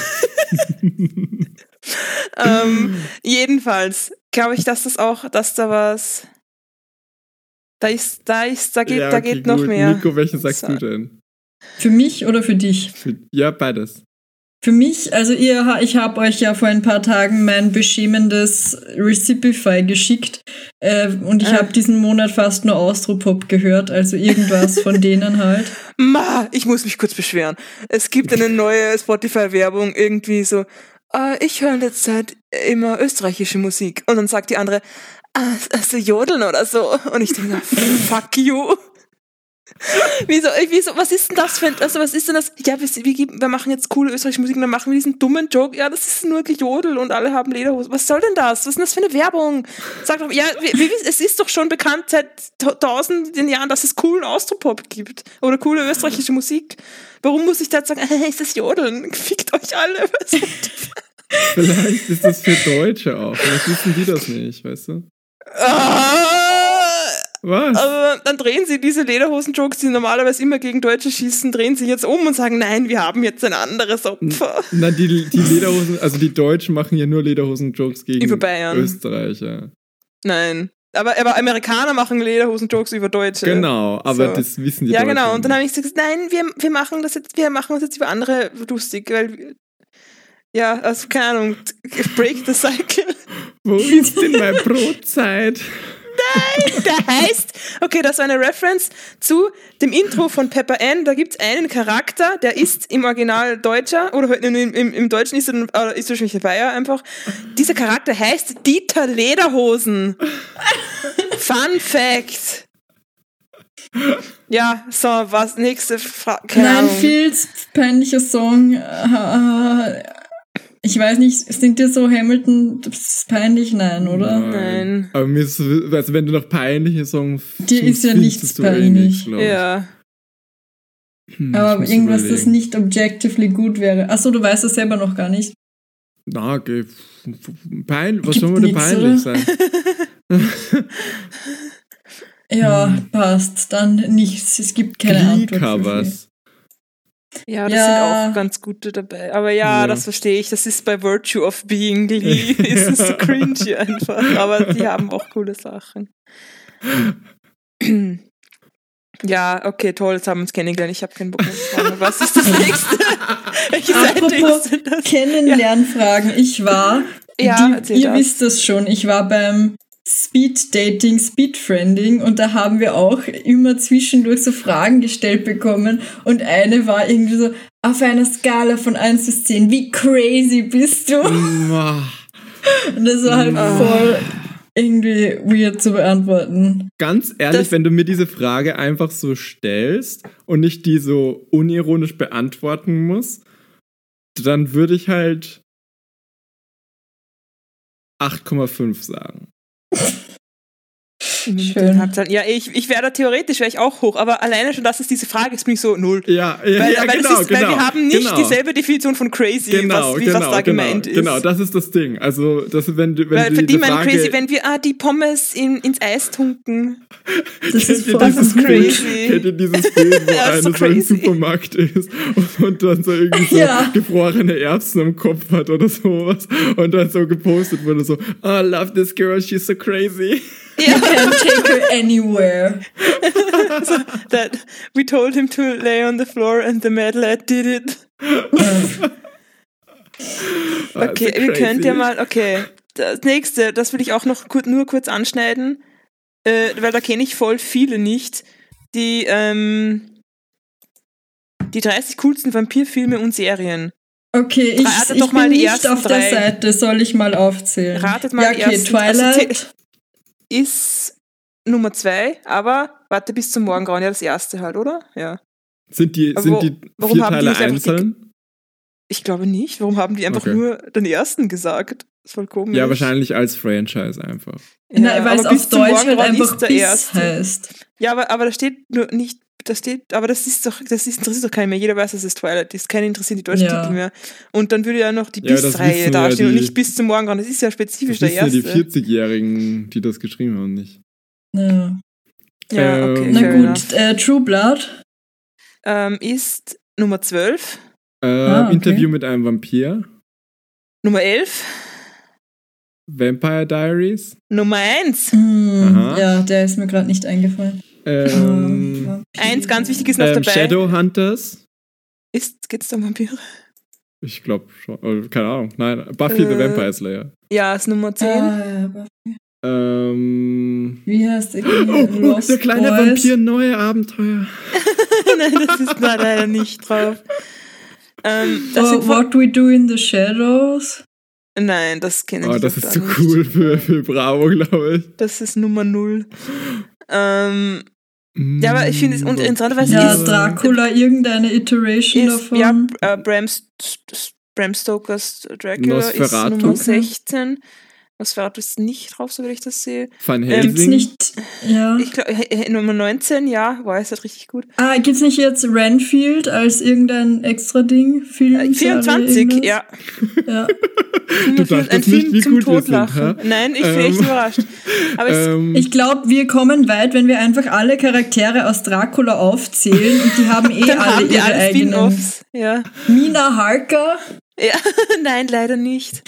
ähm, jedenfalls glaube ich, dass das auch, dass da was, da ist, da ist, da geht, Ja, da okay, geht noch gut. mehr. Nico, welchen sagst So. du denn? Für mich oder für dich? Für, ja, beides. Für mich, also ihr, ha- ich habe euch ja vor ein paar Tagen mein beschämendes Recipify geschickt äh, und ich Ah. habe diesen Monat fast nur Austropop gehört, also irgendwas von denen halt. Ma, ich muss mich kurz beschweren. Es gibt eine neue Spotify-Werbung, irgendwie so, äh, ich höre in letzter Zeit immer österreichische Musik. Und dann sagt die andere, ah, also Jodeln oder so. Und ich denke, fuck you. Wieso, wieso, was ist denn das für ein, also was ist denn das? Ja, wir, wir, wir machen jetzt coole österreichische Musik und dann machen wir diesen dummen Joke. Ja, das ist nur Gejodel und alle haben Lederhosen. Was soll denn das? Was ist denn das für eine Werbung? Sag doch, ja, wie, wie, es ist doch schon bekannt seit ta- tausenden Jahren, dass es coolen Austropop gibt. Oder coole österreichische Musik. Warum muss ich da jetzt sagen, äh, ist das Jodeln? Fickt euch alle. Was? Vielleicht ist das für Deutsche auch. Vielleicht wissen die das nicht, weißt du? Ah! Was? Aber dann drehen sie diese Lederhosen-Jokes, die normalerweise immer gegen Deutsche schießen, drehen sie jetzt um und sagen, nein, wir haben jetzt ein anderes Opfer. Na, die, die Lederhosen, also die Deutschen machen ja nur Lederhosen-Jokes gegen Über Bayern. Österreicher. Nein. Aber, aber Amerikaner machen Lederhosen-Jokes über Deutsche. Genau, aber So. das wissen die Ja, Deutschen genau. Und dann habe nicht. ich gesagt, nein, wir, wir machen das jetzt, wir machen uns jetzt über andere lustig, weil wir- ja, also keine Ahnung, break the cycle. Wo ist denn meine Brotzeit? Nein, der heißt, okay, das war eine Reference zu dem Intro von Pepper Ann. Da gibt es einen Charakter, der ist im Original Deutscher, oder im, im, im Deutschen ist er, oder ist wahrscheinlich der Bayer einfach. Dieser Charakter heißt Dieter Lederhosen. Fun Fact. Ja, so, was, nächste Frage. Nein, viel peinlicher Song. Ich weiß nicht, sind dir so Hamilton das ist peinlich? Nein, oder? Nein. Aber mir ist so, also wenn du noch peinliche Songs dir ist ja nichts peinlich. Eh ja. Hm, aber irgendwas, das nicht objectively gut wäre. Achso, du weißt das selber noch gar nicht. Na, okay. Pein, was Gibt soll man denn nix, peinlich oder? sein? Ja, passt. Dann nichts. Es gibt keine Antwort. Glee-Covers. Ja, das Ja. sind auch ganz gute dabei. Aber ja, Ja. das verstehe ich. Das ist bei Virtue of Being Glee. ist es so cringy einfach. Aber die haben auch coole Sachen. Ja, okay, toll, jetzt haben wir uns kennengelernt. Ich habe keinen Bock mehr zu fragen. Was ist das nächste? Welche Seite Apropos ist denn das? Kennenlernfragen. Ich war, Ja, die, erzähl ihr das. wisst das schon, ich war beim Speed Dating, Speed Friending und da haben wir auch immer zwischendurch so Fragen gestellt bekommen und eine war irgendwie so, auf einer Skala von eins bis zehn, wie crazy bist du? Und das war halt voll irgendwie weird zu beantworten. Ganz ehrlich, Das- wenn du mir diese Frage einfach so stellst und nicht die so unironisch beantworten musst, dann würde ich halt acht Komma fünf sagen. Schön. Ja, ich, ich wäre da theoretisch wäre ich auch hoch, aber alleine schon, dass es diese Frage ist, bin ich so null. Ja, ja, Weil, ja weil, genau, es ist, genau. weil wir haben nicht genau. dieselbe Definition von crazy, Genau, was, wie genau, was da genau, gemeint ist. Genau, das ist das Ding. Also, das, wenn du, wenn Weil du für die diese meinen Frage, crazy, wenn wir ah, die Pommes in, ins Eis tunken. Das ist Kennt ihr voll dieses crazy. Bild, kennt ihr dieses Bild, wo Ja, einer ist so, so im crazy. Supermarkt ist und, und dann so irgendwie so Ja. gefrorene Erbsen am Kopf hat oder sowas und dann so gepostet wurde so, oh, I love this girl, she's so crazy. You can't take her anywhere. That we told him to lay on the floor and the mad lad did it. Ah, Okay, so wir crazy. könnt ja mal, okay, das nächste, das will ich auch noch kur nur kurz anschneiden, äh, weil da kenne ich voll viele nicht. Die, ähm, die dreißig coolsten Vampirfilme und Serien. Okay, ich, Ratet ich doch mal bin die nicht ersten auf drei. der Seite, soll ich mal aufzählen? Ratet mal ja, die okay, ersten. Also, Twilight. zäh- ist Nummer zwei, aber warte bis zum Morgengrauen, ja das erste halt, oder? Ja. Sind die, Aber sind wo- die warum vier haben die Teile nicht einfach die- einzeln? Ich glaube nicht. Warum haben die einfach Okay. nur den ersten gesagt? Das ist voll komisch. Ja, wahrscheinlich als Franchise einfach. Ja, Nein, weil es aber bis auf zum Deutsch halt Morgengrauen einfach ist der Biss erste. heißt. Ja, aber, aber da steht nur nicht, da steht, aber das ist doch, das ist, interessiert doch keinen mehr. Jeder weiß, dass es Twilight ist. Keinen interessieren die deutschen Ja. Titel mehr. Und dann würde ja noch die Ja, das Biss-Reihe wissen dastehen ja und die- nicht bis zum Morgengrauen. Das ist ja spezifisch Das der wissen ja erste. die vierzigjährigen, die das geschrieben haben, nicht. Ja. Ja, okay. Ähm, Na fair gut, enough. äh, True Blood. Ähm, ist Nummer zwölf. Äh, Ah, okay. Interview mit einem Vampir. Nummer elf. Vampire Diaries. Nummer eins. Hm, Aha. ja, der ist mir gerade nicht eingefallen. Ähm, Vampir. Eins, ganz wichtig, ist noch ähm, dabei. Shadowhunters. Ist, geht's da um Vampire? Ich glaube schon. Oder, keine Ahnung. Nein, Buffy the Äh, Vampire Slayer. Ja, ist Nummer zehn. Ah, ja, aber Ähm, wie heißt der? oh, Lost der kleine Boys. Vampir, neue Abenteuer. Nein, das ist da leider nicht drauf. Ähm, das Oh, sind voll- What We Do in the Shadows. Nein, das kenne ich Oh, das doch ist gar zu nicht. cool für, für Bravo, glaube ich. Das ist Nummer null. Ähm, Ja, aber ich finde es- und interessanterweise Ja, ist- Dracula, irgendeine Iteration ist, davon. ja, äh, Bram, St St Bram Stokers Dracula Nosferatu. ist Nummer sechzehn. Nosferatu ist nicht drauf, so wie ich das sehe. Van Ähm, Helsing. Gibt's nicht, ja. Ich glaube, Nummer neunzehn, ja, war es halt richtig gut. Ah, gibt's nicht jetzt Renfield als irgendein extra Ding? Film, Äh, vierundzwanzig, Serie, ja. irgendwas? Ja. Du dachtest Ein nicht, Film wie zum gut wir sind, Totlachen. hä? Nein, ich bin Ähm, echt überrascht. Aber es, ähm, Ich glaube, wir kommen weit, wenn wir einfach alle Charaktere aus Dracula aufzählen und die haben eh dann alle haben die ihre alle eigenen. Spin-Offs. Ja. Mina Harker. ja. Nein, leider nicht.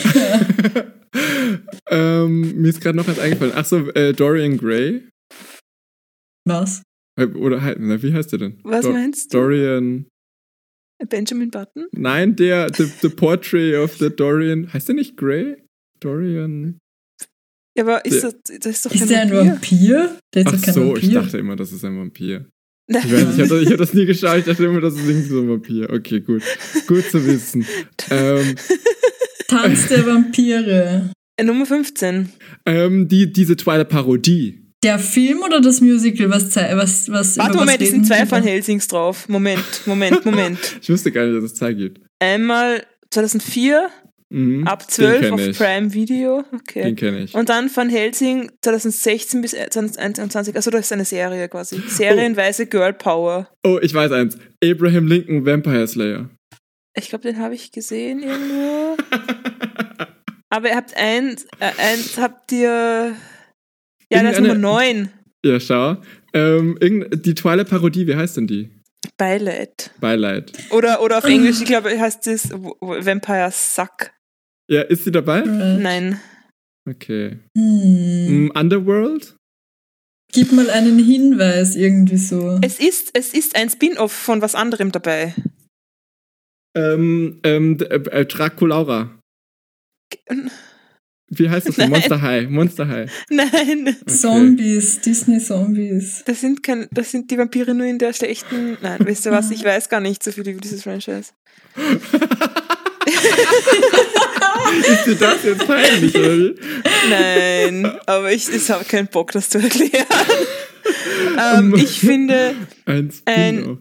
ähm, mir ist gerade noch was eingefallen. Achso, äh, Dorian Gray. Was? Äh, Oder halt, na, wie heißt der denn? Was Do- meinst du? Dorian. Benjamin Button? Nein, der, the, the Portrait of the Dorian. Heißt der nicht Gray? Dorian. Ja, aber ist Der- das, das ist doch Ist kein der ein Vampir? Vampir? Der ist Ach doch kein so, Vampir. ich dachte immer, das ist ein Vampir. Nein. Ich weiß nicht, ich habe ich hab das nie geschaut, ich dachte immer, das ist irgendwie so ein Vampir. Okay, gut. Gut zu wissen. ähm, Tanz der Vampire. Äh, Nummer fünfzehn. ähm, die, diese Twilight-Parodie. Der Film oder das Musical? Was, zei- was, was Warte, über was Moment, es sind reden zwei die Van da? Helsings drauf. Moment, Moment, Moment. Ich wusste gar nicht, dass es zwei gibt. Einmal zweitausendvier, Mhm, ab den zwölf kenn auf ich. Prime Video. Okay. Den kenne ich. Und dann Van Helsing zweitausendsechzehn bis zweitausendeinundzwanzig. Also das ist eine Serie quasi. Serienweise Girl Power. Oh, ich weiß eins. Abraham Lincoln Vampire Slayer. Ich glaube, den habe ich gesehen irgendwo. Aber ihr habt eins, äh, eins habt ihr... Ja, das ist Irgendeine- Nummer neun. Ja, schau. Ähm, irgend- die Twilight-Parodie, wie heißt denn die? Beileid. Beileid. Oder, oder auf Englisch, ich glaube, heißt das W- W- Vampire Suck. Ja, ist sie dabei? Right. Nein. Okay. Hm. Mm, Underworld? Gib mal einen Hinweis irgendwie so. Es ist, es ist ein Spin-off von was anderem dabei. Ähm, ähm, d- äh, Draculaura. Wie heißt das denn? Nein. Monster High. Monster High. Nein, Okay. Zombies, Disney-Zombies. das sind, kein, das sind die Vampire nur in der schlechten... Nein, weißt du was, ich weiß gar nicht so viel über dieses Franchise. Ist dir das jetzt peinlich, oder wie? Nein, aber ich, ich habe keinen Bock, das zu erklären. ähm, ich finde, Ein Ein- Spin-off.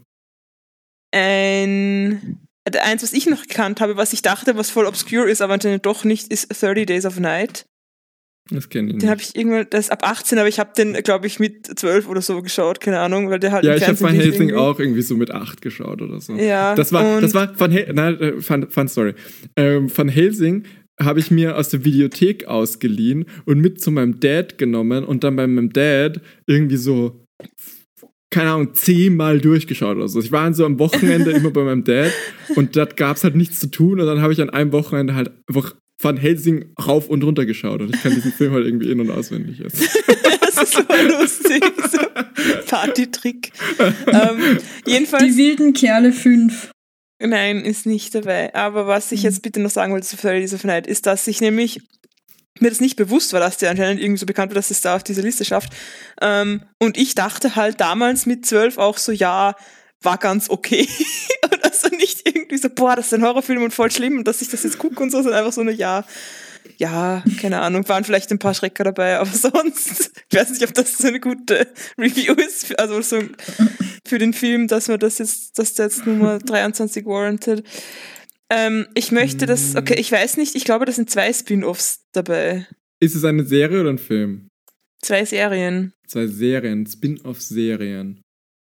ein... Eins, was ich noch gekannt habe, was ich dachte, was voll obscure ist, aber anscheinend doch nicht, ist thirty Days of Night. Das kenne ich Den habe nicht. ich irgendwann, das ist ab achtzehn, aber ich habe den, glaube ich, mit zwölf oder so geschaut, keine Ahnung, weil der halt Ja, im ich habe Fernsehen Van lief Helsing irgendwie. auch irgendwie so mit acht geschaut oder so. Ja, Das war, und das war Van, Hel nein, äh, Van, Van Story. Ähm, Van Helsing habe ich mir aus der Videothek ausgeliehen und mit zu meinem Dad genommen und dann bei meinem Dad irgendwie so, keine Ahnung, zehnmal durchgeschaut oder so. Ich war so am Wochenende immer bei meinem Dad und dort gab es halt nichts zu tun und dann habe ich an einem Wochenende halt einfach Van Helsing rauf und runter geschaut und ich kann diesen Film halt irgendwie in- und auswendig jetzt. das ist so lustig, so Partytrick. ähm, jedenfalls, Die wilden Kerle fünf. nein, ist nicht dabei. Aber was ich jetzt bitte noch sagen wollte zu thirty Days of Night, ist, dass ich nämlich mir das nicht bewusst war, dass der anscheinend irgendwie so bekannt war, dass es da auf diese Liste schafft. Ähm, und ich dachte halt damals mit zwölf auch so, ja, war ganz okay. Und also nicht irgendwie so, boah, das ist ein Horrorfilm und voll schlimm und dass ich das jetzt gucke und so, sondern einfach so eine, ja, ja, keine Ahnung, waren vielleicht ein paar Schrecker dabei, aber sonst, ich weiß nicht, ob das so eine gute Review ist, für, also so für den Film, dass man das jetzt, dass der jetzt Nummer dreiundzwanzig warranted. Ähm, ich möchte das, okay, ich weiß nicht, ich glaube, da sind zwei Spin-Offs dabei. Ist es eine Serie oder ein Film? Zwei Serien. Zwei Serien, Spin-off-Serien.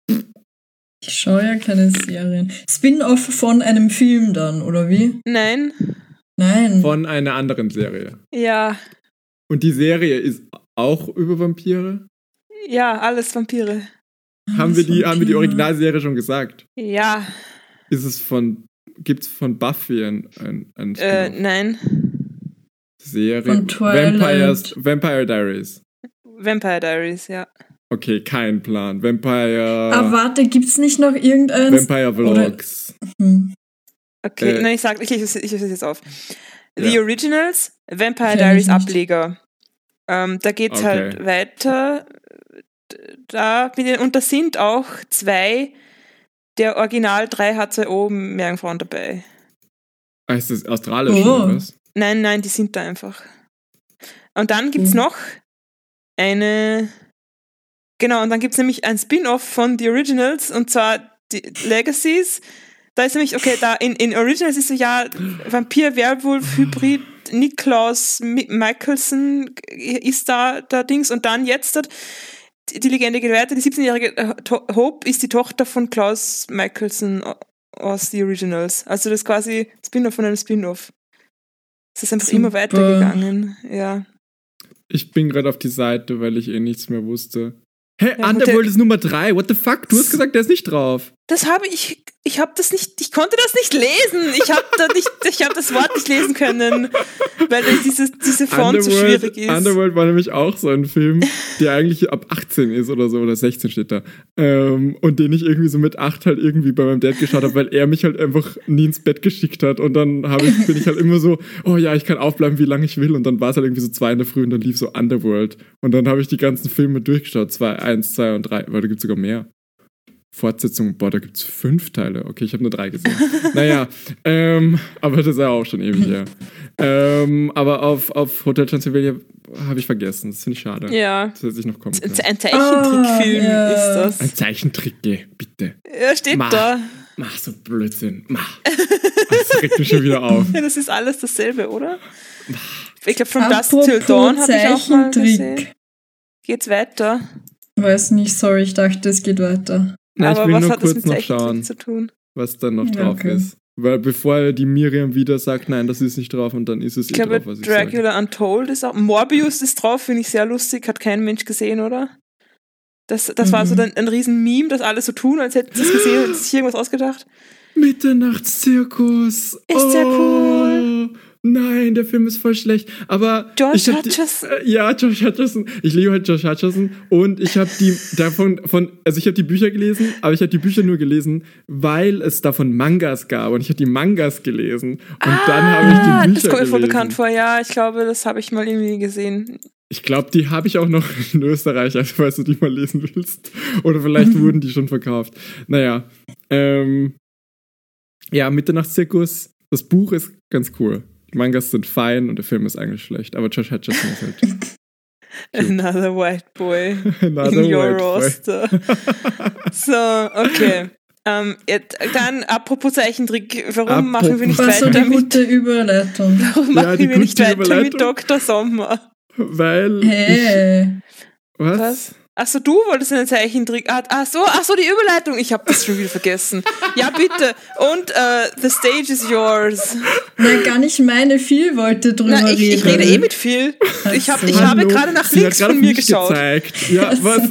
Ich schaue ja keine Serien. Spin-off von einem Film dann, oder wie? Nein? Nein. Von einer anderen Serie. Ja. Und die Serie ist auch über Vampire? Ja, alles Vampire. Haben wir die, haben wir die Vampire. Originalserie schon gesagt? Ja. Ist es von, gibt's von Buffy ein, ein, ein Äh, Spin-off? nein. Serie? Von Twilight. Vampires, Vampire Diaries. Vampire Diaries, ja. Okay, kein Plan. Vampire, Ah, warte, gibt's nicht noch irgendeins? Vampire Vlogs. Hm. Okay, Äh, nein, ich sag, ich, ich, ich löse jetzt auf. The Ja. Originals, Vampire Kenn ich Diaries nicht. Ableger. Ähm, da geht's Okay. halt weiter. Da, mit den- und da sind auch zwei der Original drei H zwei O-Meerjungfrauen dabei. Ah, ist das australisch Oh. oder was? Nein, nein, die sind da einfach. Und dann gibt's Mhm. noch eine. Genau, und dann gibt's nämlich ein Spin-off von The Originals und zwar die Legacies. Da ist nämlich, okay, da in, in Originals ist so, ja, Vampir, Werwolf, Hybrid, Niklaus Mi- Michelson ist da, da Dings und dann jetzt dort, die, die Legende geht weiter, die siebzehnjährige äh, To- Hope ist die Tochter von Klaus Michelson aus The Originals. Also das ist quasi Spin-off von einem Spin-off. Es ist einfach Super. immer weitergegangen, ja. Ich bin gerade auf die Seite, weil ich eh nichts mehr wusste. Hä, Ja, Underworld gut, ist Nummer drei. What the fuck? Du hast gesagt, der ist nicht drauf. Das habe ich, ich habe das nicht, ich konnte das nicht lesen. Ich habe da nicht, ich habe das Wort nicht lesen können, weil dieses, diese Font so schwierig ist. Underworld war nämlich auch so ein Film, der eigentlich ab achtzehn ist oder so, oder sechzehn steht da. Ähm, und den ich irgendwie so mit acht halt irgendwie bei meinem Dad geschaut habe, weil er mich halt einfach nie ins Bett geschickt hat. Und dann hab ich, bin ich halt immer so, oh ja, ich kann aufbleiben, wie lange ich will. Und dann war es halt irgendwie so zwei in der Früh und dann lief so Underworld. Und dann habe ich die ganzen Filme durchgeschaut. Zwei, eins, zwei und drei, weil da gibt es sogar mehr. Fortsetzung, boah, da gibt's fünf Teile. Okay, ich habe nur drei gesehen. Naja, ähm, aber das ist ja auch schon ewig her. Ähm, aber auf, auf Hotel Transylvania habe ich vergessen. Das finde ich schade. Ja. Das hätte ich noch kommen können. Ein Zeichentrickfilm oh, ja. ist das. Ein Zeichentrick, bitte. Ja, steht Mach. da. Mach so Blödsinn. Mach. Das regt mich schon wieder auf. Ja, das ist alles dasselbe, oder? Ich glaube, From Dusk Apropos Till Dawn habe ich auch mal gesehen. Zeichentrick. Geht's weiter? Weiß nicht, sorry, ich dachte, es geht weiter. Na, ich Aber will was nur hat das kurz mit noch schauen, Zeichentrick zu tun? was da noch drauf Okay. ist. Weil bevor die Miriam wieder sagt, nein, das ist nicht drauf und dann ist es Ich eh glaube, drauf, was ich sage. Dracula Untold ist auch. Morbius ist drauf, finde ich sehr lustig, hat kein Mensch gesehen, oder? Das, das Mhm. war so ein, ein riesen Meme, das alle so tun, als hätten sie es gesehen und sich irgendwas ausgedacht. Mitternachtszirkus. Ist der cool. Nein, der Film ist voll schlecht. Aber Josh ich hab Hutcherson. Die, äh, ja, Josh Hutcherson. Ich liebe halt Josh Hutcherson. Und ich habe die davon, von, also ich habe die Bücher gelesen, aber ich habe die Bücher nur gelesen, weil es davon Mangas gab. Und ich habe die Mangas gelesen. Und ah, dann habe ich die Bücher das kommt mir voll gelesen. bekannt vor. Ja, ich glaube, das habe ich mal irgendwie gesehen. Ich glaube, die habe ich auch noch in Österreich, also falls du die mal lesen willst. Oder vielleicht wurden die schon verkauft. Naja. Ähm, ja, Mitternachtszirkus. Das Buch ist ganz cool. Die Mangas sind fein und der Film ist eigentlich schlecht. Aber Josh Hutcherson ist halt... Another white boy Another in your white boy. roster. So, okay. Ähm, jetzt, dann, apropos Zeichentrick, warum Apropos- machen wir nicht Was so weiter die mit, gute Überleitung. warum Ja, machen die wir nicht gute weiter mit Überleitung. Doktor Sommer? Weil... Hey. Was? Was? Achso, du wolltest einen Zeichentrick. Ah, ach so, ach so, die Überleitung. Ich habe das schon wieder vergessen. Ja, bitte. Und uh, the stage is yours. Na, gar nicht meine Phil wollte drüber Na, ich, reden. ich rede eh mit Phil. Ich, hab, so. ich habe Hallo, gerade nach sie hat links gerade von auf mir mich geschaut. Gezeigt. Ja, Ach was? so.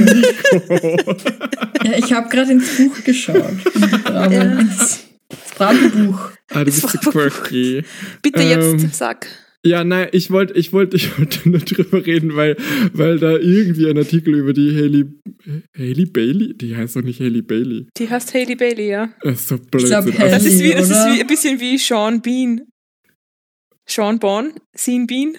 Nico. Ja, ich habe gerade ins Buch geschaut. Bravo. Ja. Ins Bravo-Buch. Ah, du bist so quirky. Bitte jetzt, Ähm, sag. Ja, nein, ich wollte ich wollt, ich wollt nur drüber reden, weil, weil da irgendwie ein Artikel über die Haley, Haley Bailey, die heißt doch nicht Haley Bailey. Die heißt Hailey Bailey, ja. Das ist so blöd. Ich glaub, Das Haley, ist, wie, das ist oder? wie, ein bisschen wie Sean Bean. Sean Bon? Sean Bean?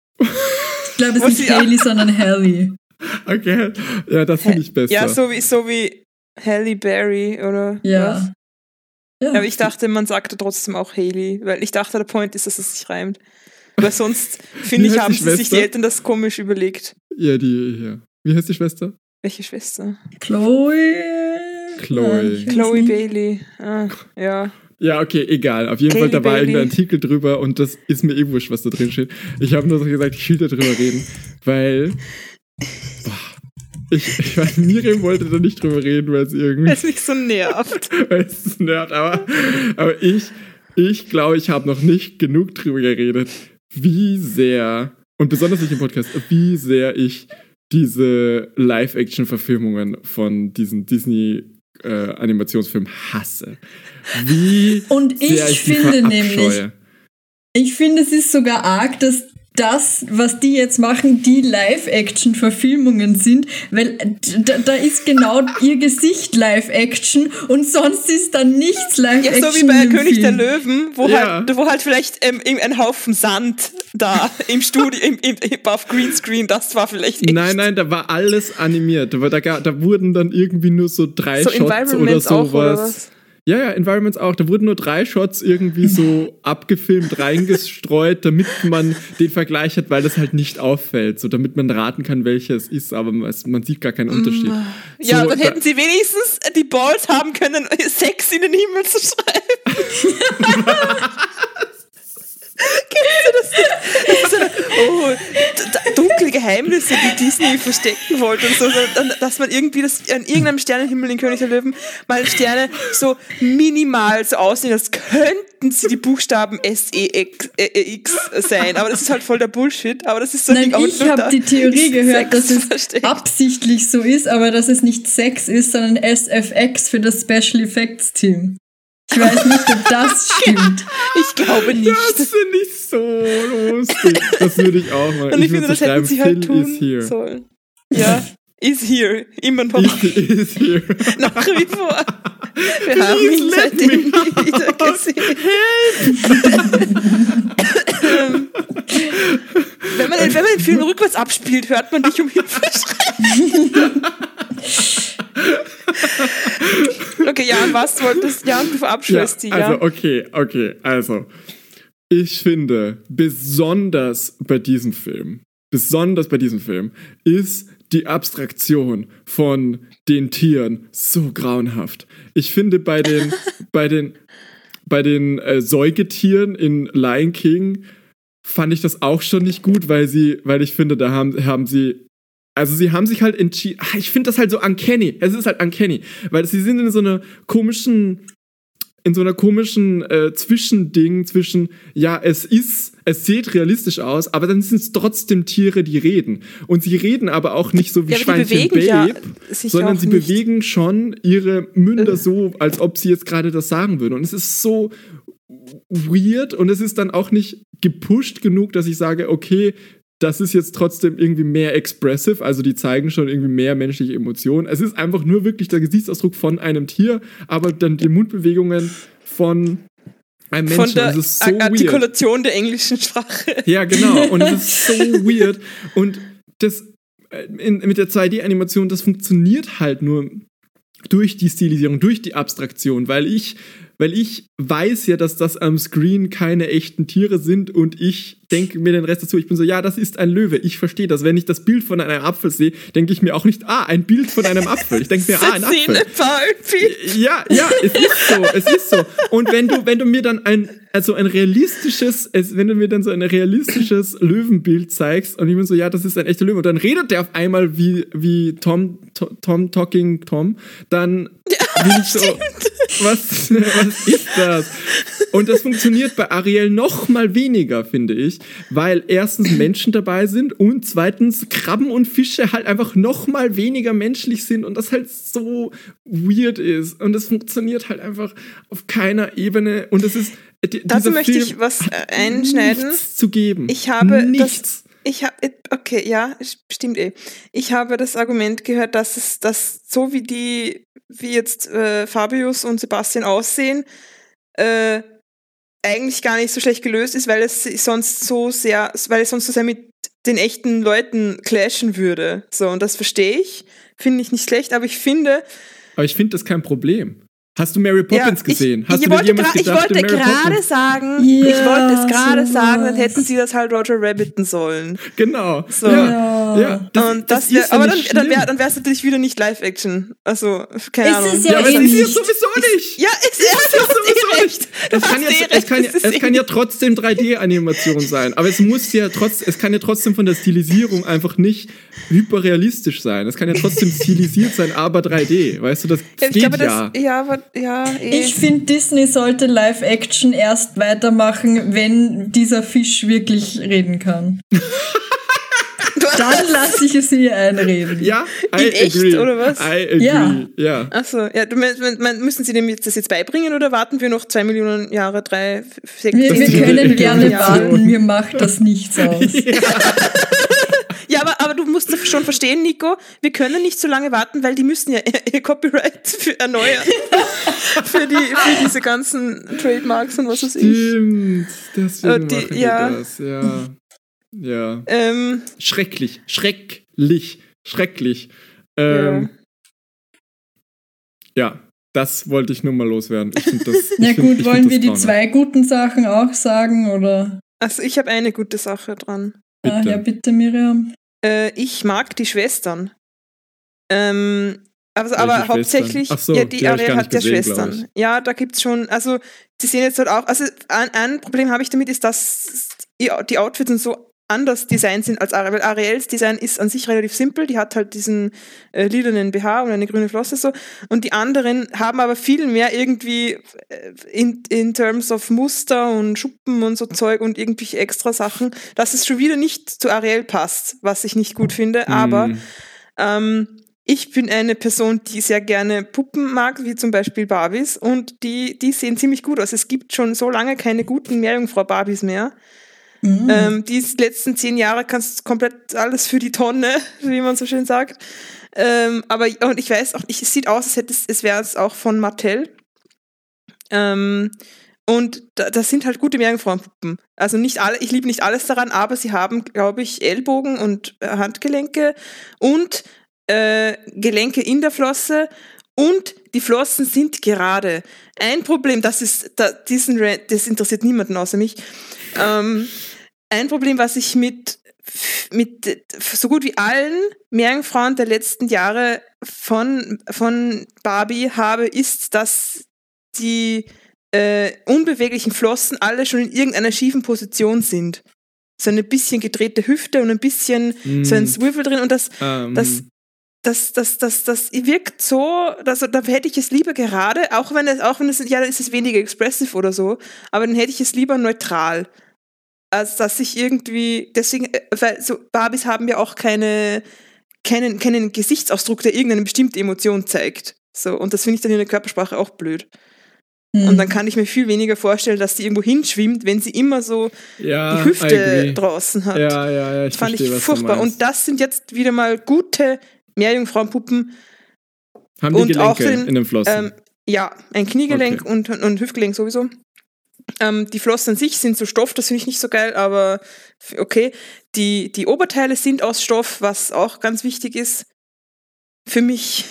Ich glaube, es Was ist nicht sie- Haley, sondern Harry. Okay, ja, das finde ich besser. Ja, so wie, so wie Halle Berry, oder? was? Ja. Ja. Aber ich dachte, man sagte trotzdem auch Haley, weil ich dachte, der Point ist, dass es sich reimt. Weil sonst, finde Wie ich, heißt haben die sie sich die Schwester? Eltern das komisch überlegt. Ja, die, ja. Wie heißt die Schwester? Welche Schwester? Chloe. Chloe. Ja, ich weiß Chloe nicht. Bailey. Ah, ja. Ja, okay, egal. Auf jeden Haley Fall, da war Bailey. irgendein Artikel drüber und das ist mir eh wurscht, was da drin steht. Ich habe nur so gesagt, ich will da drüber reden, weil boah, ich, ich weiß, Miriam wollte da nicht drüber reden, weil es irgendwie Weil es mich so nervt. weil es nervt, aber, aber ich, ich glaube, ich habe noch nicht genug drüber geredet, wie sehr, und besonders nicht im Podcast, wie sehr ich diese Live-Action-Verfilmungen von diesen Disney-Animationsfilmen hasse. Wie Und ich sehr ich die finde nämlich, verabscheue. ich finde, es ist sogar arg, dass das, was die jetzt machen, die Live-Action-Verfilmungen sind, weil da, da ist genau ihr Gesicht Live-Action und sonst ist da nichts Ja, Live-Action. so wie bei im König Film. der Löwen, wo, Ja. halt, wo halt vielleicht ähm, ein Haufen Sand da im Studio, im, im, im, auf Greenscreen, das war vielleicht echt. Nein, nein, da war alles animiert. Da, war, da, ga- da wurden dann irgendwie nur so drei So Shots oder Environments sowas. auch, oder was? Ja, ja, Environments auch. Da wurden nur drei Shots irgendwie so abgefilmt, reingestreut, damit man den Vergleich hat, weil das halt nicht auffällt. So, damit man raten kann, welcher es ist, aber man, man sieht gar keinen Unterschied. Ja, so, dann hätten sie wenigstens die Balls haben können, Sex in den Himmel zu schreiben. Kennst du das nicht? So, oh, d- d- dunkle Geheimnisse, die Disney verstecken wollte und so, so, dann- dass man irgendwie das an irgendeinem Sternenhimmel in König der Löwen mal Sterne so minimal so aussehen, als könnten könnten sie die Buchstaben S E X sein, aber das ist halt voll der Bullshit. Aber das ist so Nein, ich habe die Theorie gehört, dass es versteckt. absichtlich so ist, aber dass es nicht Sex ist, sondern S F X für das Special Effects Team. Ich weiß nicht, ob das stimmt. Ich glaube nicht. Das finde ich so lustig. Das würde ich auch mal. Und ich, ich finde, so das hätten sie halt Phil tun is here. sollen. Ja, is here. Immer noch. Is, is here. Nach wie vor. Wir haben ihn seitdem nie wieder gesehen. wenn, man, wenn man den Film rückwärts abspielt, hört man dich um Hilfe schreien. Okay, Jan, was wolltest Jan, du verabscheust ja, die, ja? Also, okay, okay, also. Ich finde, besonders bei diesem Film, besonders bei diesem Film, ist die Abstraktion von den Tieren so grauenhaft. Ich finde, bei den, bei den, bei den äh, Säugetieren in Lion King fand ich das auch schon nicht gut, weil sie, weil ich finde, da haben, haben sie Also sie haben sich halt entschieden, ich finde das halt so uncanny, es ist halt uncanny, weil sie sind in so einer komischen, in so einer komischen äh, Zwischending zwischen, ja, es ist, es sieht realistisch aus, aber dann sind es trotzdem Tiere, die reden. Und sie reden aber auch nicht so wie ja, Schweinchen Babe, ja sondern sie nicht. bewegen schon ihre Münder so, als ob sie jetzt gerade das sagen würden. Und es ist so weird und es ist dann auch nicht gepusht genug, dass ich sage, okay, das ist jetzt trotzdem irgendwie mehr expressive, also die zeigen schon irgendwie mehr menschliche Emotionen. Es ist einfach nur wirklich der Gesichtsausdruck von einem Tier, aber dann die Mundbewegungen von einem Menschen. Von der das ist so Artikulation weird. Der englischen Sprache. Ja, genau. Und es ist so weird. Und das in, mit der zwei D-Animation, das funktioniert halt nur durch die Stilisierung, durch die Abstraktion, weil ich Weil ich weiß ja, dass das am Screen keine echten Tiere sind und ich denke mir den Rest dazu. Ich bin so, ja, das ist ein Löwe. Ich verstehe das. Wenn ich das Bild von einem Apfel sehe, denke ich mir auch nicht, ah, ein Bild von einem Apfel. Ich denke mir, ah, ein Apfel. Ja, ja, es ist so, es ist so. Und wenn du, wenn du mir dann ein, also ein realistisches, wenn du mir dann so ein realistisches Löwenbild zeigst und ich bin so, ja, das ist ein echter Löwe und dann redet der auf einmal wie, wie Tom, Tom, Tom Talking Tom, dann ja, bin ich so, was, was ist das? Und das funktioniert bei Ariel noch mal weniger, finde ich, weil erstens Menschen dabei sind und zweitens Krabben und Fische halt einfach noch mal weniger menschlich sind und das halt so weird ist und es funktioniert halt einfach auf keiner Ebene und es ist die, dazu möchte Film ich was einschneiden. Nichts zu geben. Ich habe nichts. Das, ich habe okay, ja, stimmt eh. Ich habe das Argument gehört, dass es dass so wie die wie jetzt äh, Fabius und Sebastian aussehen, äh, eigentlich gar nicht so schlecht gelöst ist, weil es sonst so sehr, weil es sonst so sehr mit den echten Leuten clashen würde. So, und das verstehe ich, finde ich nicht schlecht, aber ich finde. Aber ich finde das kein Problem. Hast du Mary Poppins ja, gesehen? Ich, Hast ich du dir jemals gedacht, ich wollte gerade sagen, ja, ich wollte es gerade so sagen, dann was. hätten sie das halt Roger Rabbiten sollen. Genau. So. Ja. ja. Das, Und das, das wär, ist ja aber dann, nicht dann wäre schlimm. dann wär's natürlich wieder nicht Live-Action. Also, keine Es Ahnung. ist ja Ja, aber eh das ist ja nicht. sowieso nicht. Ja, es ist ja sowieso nicht. Es kann, ja, es, kann, ja, es kann ja trotzdem drei D-Animation sein, aber es muss ja trotzdem, es kann ja trotzdem von der Stilisierung einfach nicht hyperrealistisch sein. Es kann ja trotzdem stilisiert sein, aber drei D. Weißt du, das, das ich geht glaube, ja. Das, ja, aber, ja, eh. Ich finde, Disney sollte Live-Action erst weitermachen, wenn dieser Fisch wirklich reden kann. Dann lasse ich es hier einreden. Ja, I In echt, agree. oder was? I agree. Ja. ja. Achso, ja, du meinst, müssen sie dem jetzt das jetzt beibringen oder warten wir noch zwei Millionen Jahre, drei, sechs, Wir, wir die können Re- gerne Ja. warten, mir macht das nichts aus. Ja, aber, aber du musst schon verstehen, Nico, wir können nicht so lange warten, weil die müssen ja ihr Copyright für erneuern. für, die, für diese ganzen Trademarks und was weiß ich. Stimmt. Deswegen Äh, die- machen die ja. das. Ja. Ja. Ähm, Schrecklich. Schrecklich. Schrecklich. Ähm, ja. Das wollte ich nur mal loswerden. Ich find das, ich Ja find, gut, ich wollen find wir das die grauenhaft. zwei guten Sachen auch sagen, oder? also ich habe eine gute Sache dran. Bitte. Ah, ja, bitte, Miriam. Äh, ich mag die Schwestern. Ähm, also, aber Schwestern? hauptsächlich, Ach so, ja, die die hab ich Ariel gar hat ja nicht gesehen, glaub Schwestern. Ja, da gibt's schon, also sie sehen jetzt halt auch, also ein, ein Problem habe ich damit ist, dass die, die Outfits sind so anders designt sind als Ariel. Ariels Design ist an sich relativ simpel, die hat halt diesen äh, lilanen B H und eine grüne Flosse so und die anderen haben aber viel mehr irgendwie in, in terms of Muster und Schuppen und so Zeug und irgendwelche extra Sachen, dass es schon wieder nicht zu Ariel passt, was ich nicht gut finde, mm. aber ähm, ich bin eine Person, die sehr gerne Puppen mag, wie zum Beispiel Barbies und die, die sehen ziemlich gut aus. Es gibt schon so lange keine guten Meerjungfrau-Barbies mehr. Mm. Ähm, die letzten zehn Jahre kannst du komplett alles für die Tonne, wie man so schön sagt. Ähm, aber und ich weiß auch, ich, es sieht aus, als hätte es, es wäre es auch von Mattel. Ähm, und da, das sind halt gute Meerjungfrauenpuppen. Also nicht alle, ich liebe nicht alles daran, aber sie haben, glaube ich, Ellbogen und äh, Handgelenke und äh, Gelenke in der Flosse und die Flossen sind gerade. Ein Problem, das ist, da, diesen Rant, das interessiert niemanden außer mich. Ähm, ein Problem, was ich mit, mit so gut wie allen Meerjungfrauen der letzten Jahre von, von Barbie habe, ist, dass die äh, unbeweglichen Flossen alle schon in irgendeiner schiefen Position sind. So ein bisschen gedrehte Hüfte und ein bisschen mm. so ein Swivel drin und das, um. das Das, das, das, das wirkt so, dass, da hätte ich es lieber gerade, auch wenn es, auch wenn es, ja, dann ist es weniger expressive oder so, aber dann hätte ich es lieber neutral, als dass ich irgendwie, deswegen, weil so Barbies haben ja auch keine, keinen, keinen Gesichtsausdruck, der irgendeine bestimmte Emotion zeigt. So, und das finde ich dann in der Körpersprache auch blöd. Hm. Und dann kann ich mir viel weniger vorstellen, dass die irgendwo hinschwimmt, wenn sie immer so ja, die Hüfte draußen hat. Ja, ja, ja, ich das fand verstehe, ich furchtbar. Und das sind jetzt wieder mal gute Meerjungfrauenpuppen. Haben die und Gelenke auch den, in den Flossen? Ähm, ja, ein Kniegelenk okay. und, und Hüftgelenk sowieso. Ähm, die Flossen an sich sind so Stoff, das finde ich nicht so geil, aber okay. Die, die Oberteile sind aus Stoff, was auch ganz wichtig ist für mich.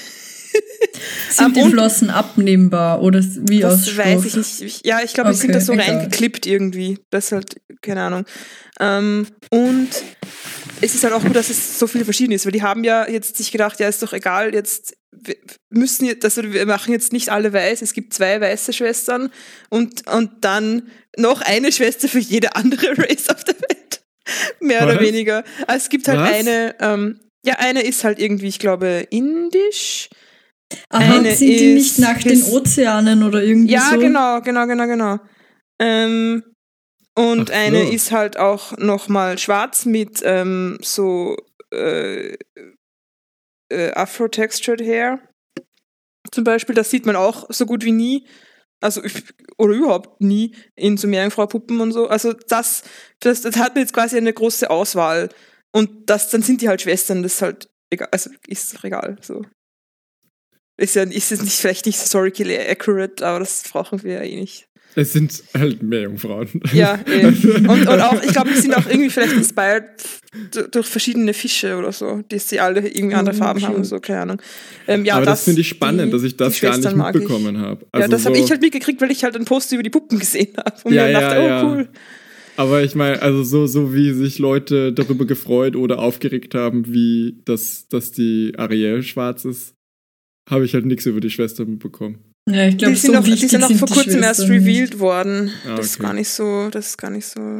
Sind die Flossen abnehmbar oder wie aus Stoff? Das weiß ich nicht. Ich, ja, ich glaube, okay, die sind da so egal. Reingeklippt irgendwie. Das ist halt, keine Ahnung. Ähm, und es ist halt auch gut, dass es so viele verschiedene ist, weil die haben ja jetzt sich gedacht, ja, ist doch egal, jetzt wir müssen jetzt, also wir machen jetzt nicht alle weiß, es gibt zwei weiße Schwestern und, und dann noch eine Schwester für jede andere Race auf der Welt. Mehr Was? Oder weniger. Also es gibt halt Was? eine, ähm, ja, eine ist halt irgendwie, ich glaube, indisch. Aha, eine sind die nicht nach den Ozeanen oder irgendwie ja, so? Ja, genau, genau, genau, genau. Ähm, und so. Eine ist halt auch nochmal schwarz mit ähm, so äh, äh, Afro-Textured Hair. Zum Beispiel, das sieht man auch so gut wie nie. Also, oder überhaupt nie in so Meerjungfrau-Puppen und so. Also, das, das, das hat mir jetzt quasi eine große Auswahl. Und das, dann sind die halt Schwestern, das ist halt egal. Also, ist doch egal, so. Ist ja ist es nicht, vielleicht nicht historically accurate, aber das brauchen wir ja eh nicht. Es sind halt Meerjungfrauen. Ja, eh. und, und auch, ich glaube, die sind auch irgendwie vielleicht inspired durch verschiedene Fische oder so, die sie alle irgendwie andere Farben haben, so, keine Ahnung. Ähm, ja, aber das, das finde ich spannend, die, dass ich das gar nicht mitbekommen habe. Also ja, das so habe ich halt mitgekriegt, weil ich halt einen Post über die Puppen gesehen habe und ja, mir ja, dachte, oh ja. cool. Aber ich meine, also so, so wie sich Leute darüber gefreut oder aufgeregt haben, wie das, dass die Ariel schwarz ist, habe ich halt nichts über die Schwester mitbekommen. Ja, ich glaube, die sind so auch, die sind auch vor kurzem erst revealed nicht. worden. Ah, das ist okay. gar nicht so, das ist gar nicht so.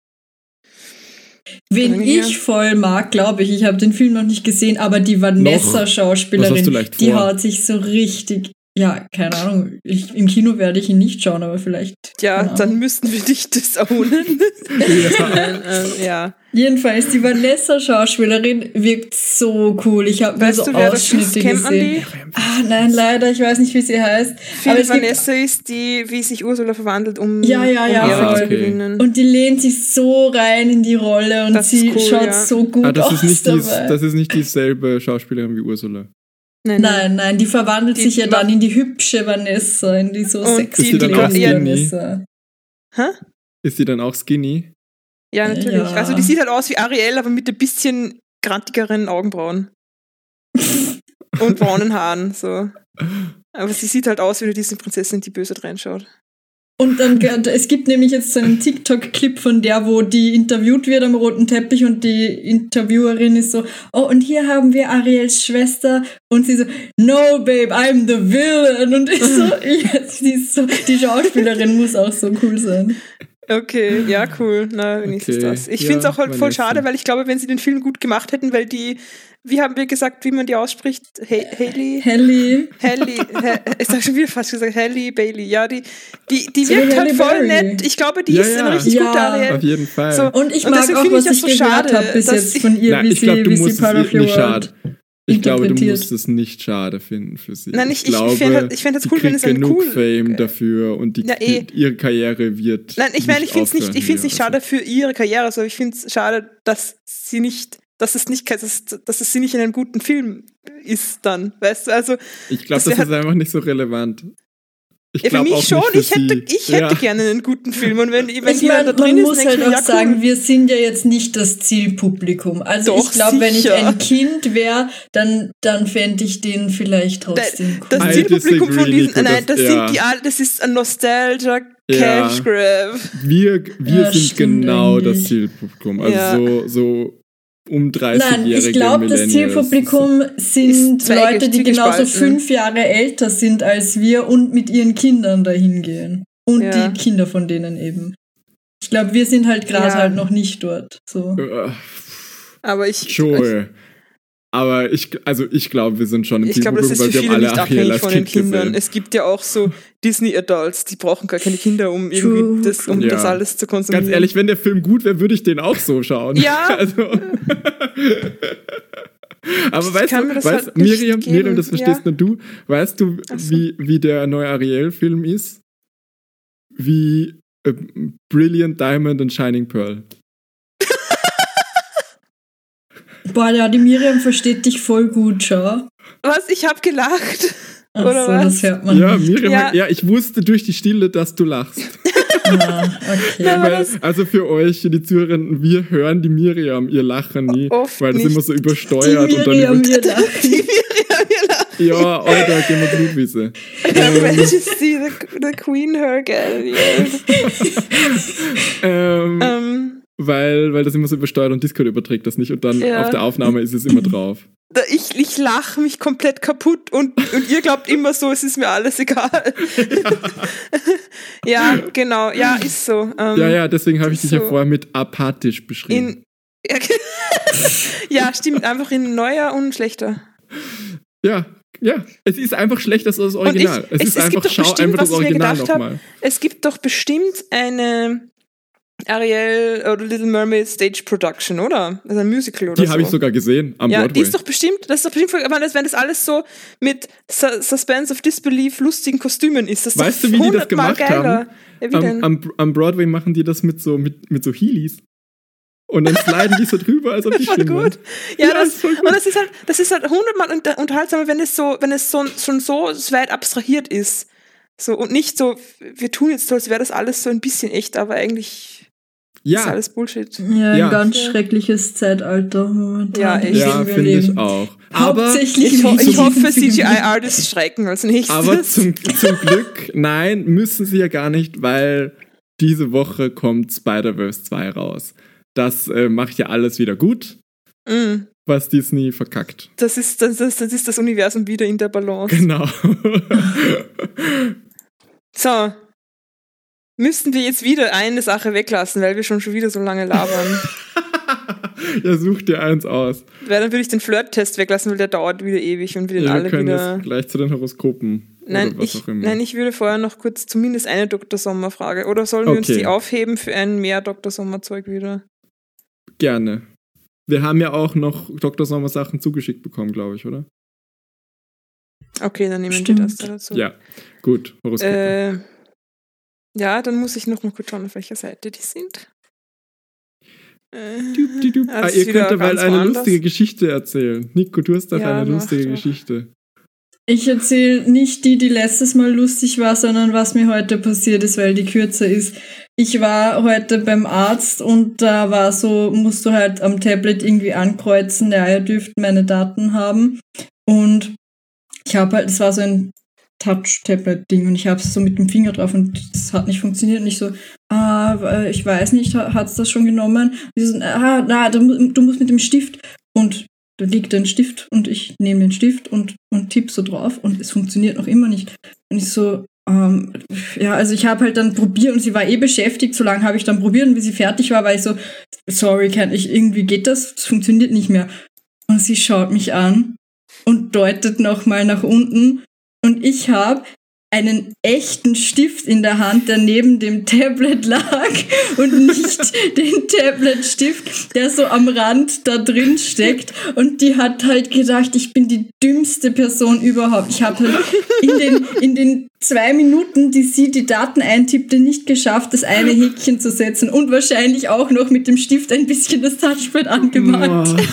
Wen ich voll mag, glaube ich, ich habe den Film noch nicht gesehen, aber die Vanessa-Schauspielerin, die haut sich so richtig. Ja, keine Ahnung. Ich, im Kino werde ich ihn nicht schauen, aber vielleicht. Ja, dann müssten wir dich disownen. ja. ähm, ja. Jedenfalls, die Vanessa-Schauspielerin wirkt so cool. Ich habe mir so du, wer Ausschnitte das ist? Kennt man gesehen. Die? Ah, nein, leider, ich weiß nicht, wie sie heißt. Aber es Vanessa ist die, wie sich Ursula verwandelt, um ja, ja, ja, um ja, zu okay. gewinnen. Und die lehnt sich so rein in die Rolle und das sie cool, schaut ja. so gut ah, das aus ist nicht dabei. Dies, das ist nicht dieselbe Schauspielerin wie Ursula. Nein, nein, nein, die verwandelt die sich ja dann in die hübsche Vanessa, in die so und sexy die Vanessa. Hä? Ist die dann auch skinny? Ja, natürlich. Ja. Also die sieht halt aus wie Ariel, aber mit ein bisschen grantigeren Augenbrauen. Und braunen Haaren, so. Aber sie sieht halt aus wie eine Disney-Prinzessin, die böse reinschaut. Und dann, es gibt nämlich jetzt so einen TikTok-Clip von der, wo die interviewt wird am roten Teppich und die Interviewerin ist so, oh, und hier haben wir Ariels Schwester und sie so, no, babe, I'm the villain und ich so, yes, die, ist so die Schauspielerin muss auch so cool sein. Okay, ja, cool. Na, wenigstens Okay, das. Ich ja, finde es auch halt voll Vanessa. schade, weil ich glaube, wenn sie den Film gut gemacht hätten, weil die, wie haben wir gesagt, wie man die ausspricht? Ha- Hailey? Helly. Halle, ha, ich sag schon wieder fast gesagt, Halle Bailey, ja, die, die, die So wirkt wie halt Halle voll Berry. nett. Ich glaube, die Ja, ist ja. eine richtig Ja, gute Ariel. Auf jeden Fall. So, Und ich Und mag deswegen auch, finde was ich das ich so gehört schade, habe bis dass jetzt ich- von ihr, Nein, wie ich glaube, sie, du wie sie musst Part es of Your nicht World schade. Ich glaube, du interpretiert. musst es nicht schade finden für sie. Nein, ich- ich glaube, fänd halt- ich fänd das die cool, wenn kriegt es ein genug cool- Fame dafür und die, Ja, eh. die, ihre Karriere wird. Nein, ich meine, ich finde es nicht, aufhören ich find's nicht hier. schade für ihre Karriere, sondern ich finde es schade, dass sie nicht, dass es nicht, dass es, dass es sie nicht in einem guten Film ist dann, weißt du, also Ich glaube, das das, wär ist einfach nicht so relevant. Ich ja, für glaub mich auch schon, nicht für ich hätte, sie. ich hätte Ja. gerne einen guten Film und wenn, wenn Ich jemand meine, da drin man ist, muss denke ich halt mir, auch ja, cool. sagen, wir sind ja jetzt nicht das Zielpublikum. Also Doch, ich glaube, wenn ich sicher. ein Kind wäre, dann, dann fände ich den vielleicht trotzdem Das cool. I Zielpublikum von disagree, diesen, Nico, nein, das das- sind ja. die all, das ist ein Nostalgia Ja. Cash Grab. Wir, wir Ja, sind stimmt genau eigentlich. das Zielpublikum. Also Ja. so, so um dreißigjährige Nein, ich glaube, das Millennials. Zielpublikum sind Ist zwei- Leute, die genauso zwiegespalten. fünf Jahre älter sind als wir und mit ihren Kindern dahin gehen. Und Ja. die Kinder von denen eben. Ich glaube, wir sind halt gerade Ja. halt noch nicht dort. So. Äh, Aber ich, Sure. Aber ich, also ich glaube, wir sind schon im ich glaube, das Zielpublikum, ist weil für wir viele haben alle nicht Ariel abhängig als von den Kind Kindern. gesehen. Es gibt ja auch so Disney Adults, die brauchen gar keine Kinder, um irgendwie True. das, um Ja. das alles zu konsumieren. Ganz ehrlich, wenn der Film gut wäre, würde ich den auch so schauen. Ja. Also. Aber Ich weißt kann du, mir das weißt, halt nicht Miriam, geben. Miriam, das verstehst Ja. nur du. Weißt du, Ach so. wie, wie der neue Ariel-Film ist? Wie äh, Brilliant Diamond and Shining Pearl. Boah, ja, die Miriam versteht dich voll gut, schau. Was? Ich habe gelacht. Ach Oder so, was? das hört man Ja, nicht. Miriam, Ja. ja. ja, ich wusste durch die Stille, dass du lachst. Ah, okay. Ja, aber Weil, das- also für euch, die Zuhörerinnen, wir hören die Miriam, ihr Lachen nie, Oft weil das nicht. immer so Die übersteuert und Miriam, dann wir über, lachen. Die Miriam gelacht. ja, Alter, gehen wir Blutwiese. Majesty, the, the Queen, her girl. Ähm, Ähm, weil, weil das immer so übersteuert und Discord überträgt das nicht und dann Ja. auf der Aufnahme ist es immer drauf. da- ich ich lache mich komplett kaputt und, und ihr glaubt immer so, es ist mir alles egal. Ja, genau. Ja, ist so. Ähm, Ja, ja, deswegen habe ich dich ja so. vorher mit apathisch beschrieben. In, ja, stimmt. Einfach in neuer und schlechter. ja, ja, es ist einfach schlechter als das Original. Und ich- es, es- ist es gibt einfach, doch schau bestimmt, einfach das was ich mir Original gedacht hab. nochmal. Es gibt doch bestimmt eine Ariel oder Little Mermaid Stage Production, oder? Also ein Musical oder Die so. habe ich sogar gesehen am Ja, Broadway. die ist doch bestimmt, das ist doch bestimmt, voll- aber wenn das alles so mit Su- Suspense of Disbelief lustigen Kostümen ist, das ist Weißt doch du, wie die das hundertmal gemacht geiler. haben? Ja, wie am, denn? am, am Broadway machen die das mit so, mit, mit so Heelys. Und dann sliden die so drüber, als ob die Voll schwimmen. gut. Ja, Ja, das, ist voll gut. und das ist halt, das ist halt hundertmal unter, unterhaltsamer, wenn es so, wenn es so, schon so weit abstrahiert ist. So, und nicht so, wir tun jetzt so, als wäre das alles so ein bisschen echt, aber eigentlich ist Ja, alles Bullshit. Ja, ein Ja. ganz Ja. schreckliches Zeitalter momentan. Ja, in echt. ja dem wir finde ich leben. auch. Aber, Hauptsächlich Ich, ho im ich hoffe, Medienfilm. C G I-Artists streiken als nächstes. aber zum, zum Glück, nein, müssen sie ja gar nicht, weil diese Woche kommt Spider-Verse zwei raus. Das äh, macht ja alles wieder gut, Mm, was Disney verkackt. das, ist, das, das, das ist das Universum wieder in der Balance. Genau. So. Müssten wir jetzt wieder eine Sache weglassen, weil wir schon schon wieder so lange labern. Ja, such dir eins aus. Weil dann würde ich den Flirt-Test weglassen, weil der dauert wieder ewig und wir den Ja, wir alle können wieder. das gleich zu den Horoskopen Nein oder was ich, auch immer. nein, ich würde vorher noch kurz zumindest eine Doktor Sommer-Frage. Oder sollen wir uns Okay. die aufheben für ein mehr Doktor Sommer-Zeug wieder? Gerne. Wir haben ja auch noch Doktor Sommer Sachen zugeschickt bekommen, glaube ich, oder? Okay, dann nehmen Stimmt. wir das da dazu. Ja, gut. Horoskope. Äh, ja, dann muss ich noch mal kurz schauen, auf welcher Seite die sind. Äh, Dup, die, dup. ah, Ah, das ihr ist wieder könnt dabei ganz eine woanders. lustige Geschichte erzählen. Nico, du hast doch Ja, eine mach lustige doch. Geschichte. Ich erzähle nicht die, die letztes Mal lustig war, sondern was mir heute passiert ist, weil die kürzer ist. Ich war heute beim Arzt und da war so, musst du halt am Tablet irgendwie ankreuzen, ja, ihr dürft meine Daten haben. Und ich habe halt, es war so ein Touch-Tablet-Ding und ich habe es so mit dem Finger drauf und das hat nicht funktioniert. Und ich so, ah, äh, ich weiß nicht, hat es das schon genommen? Und die so, ah, na, du, mu- du musst mit dem Stift. Und da liegt ein Stift und ich nehme den Stift und, und tippe so drauf und es funktioniert noch immer nicht. Und ich so, Ähm, ja, also ich habe halt dann probiert und sie war eh beschäftigt, so lange habe ich dann probiert und wie sie fertig war, war ich so, sorry, kann ich, irgendwie geht das, das funktioniert nicht mehr. Und sie schaut mich an und deutet nochmal nach unten und ich habe einen echten Stift in der Hand, der neben dem Tablet lag und nicht den Tablet-Stift, der so am Rand da drin steckt. Und die hat halt gedacht, ich bin die dümmste Person überhaupt. Ich habe halt in den, in den zwei Minuten, die sie die Daten eintippte, nicht geschafft, das eine Häkchen zu setzen und wahrscheinlich auch noch mit dem Stift ein bisschen das Touchpad angemalt. Oh.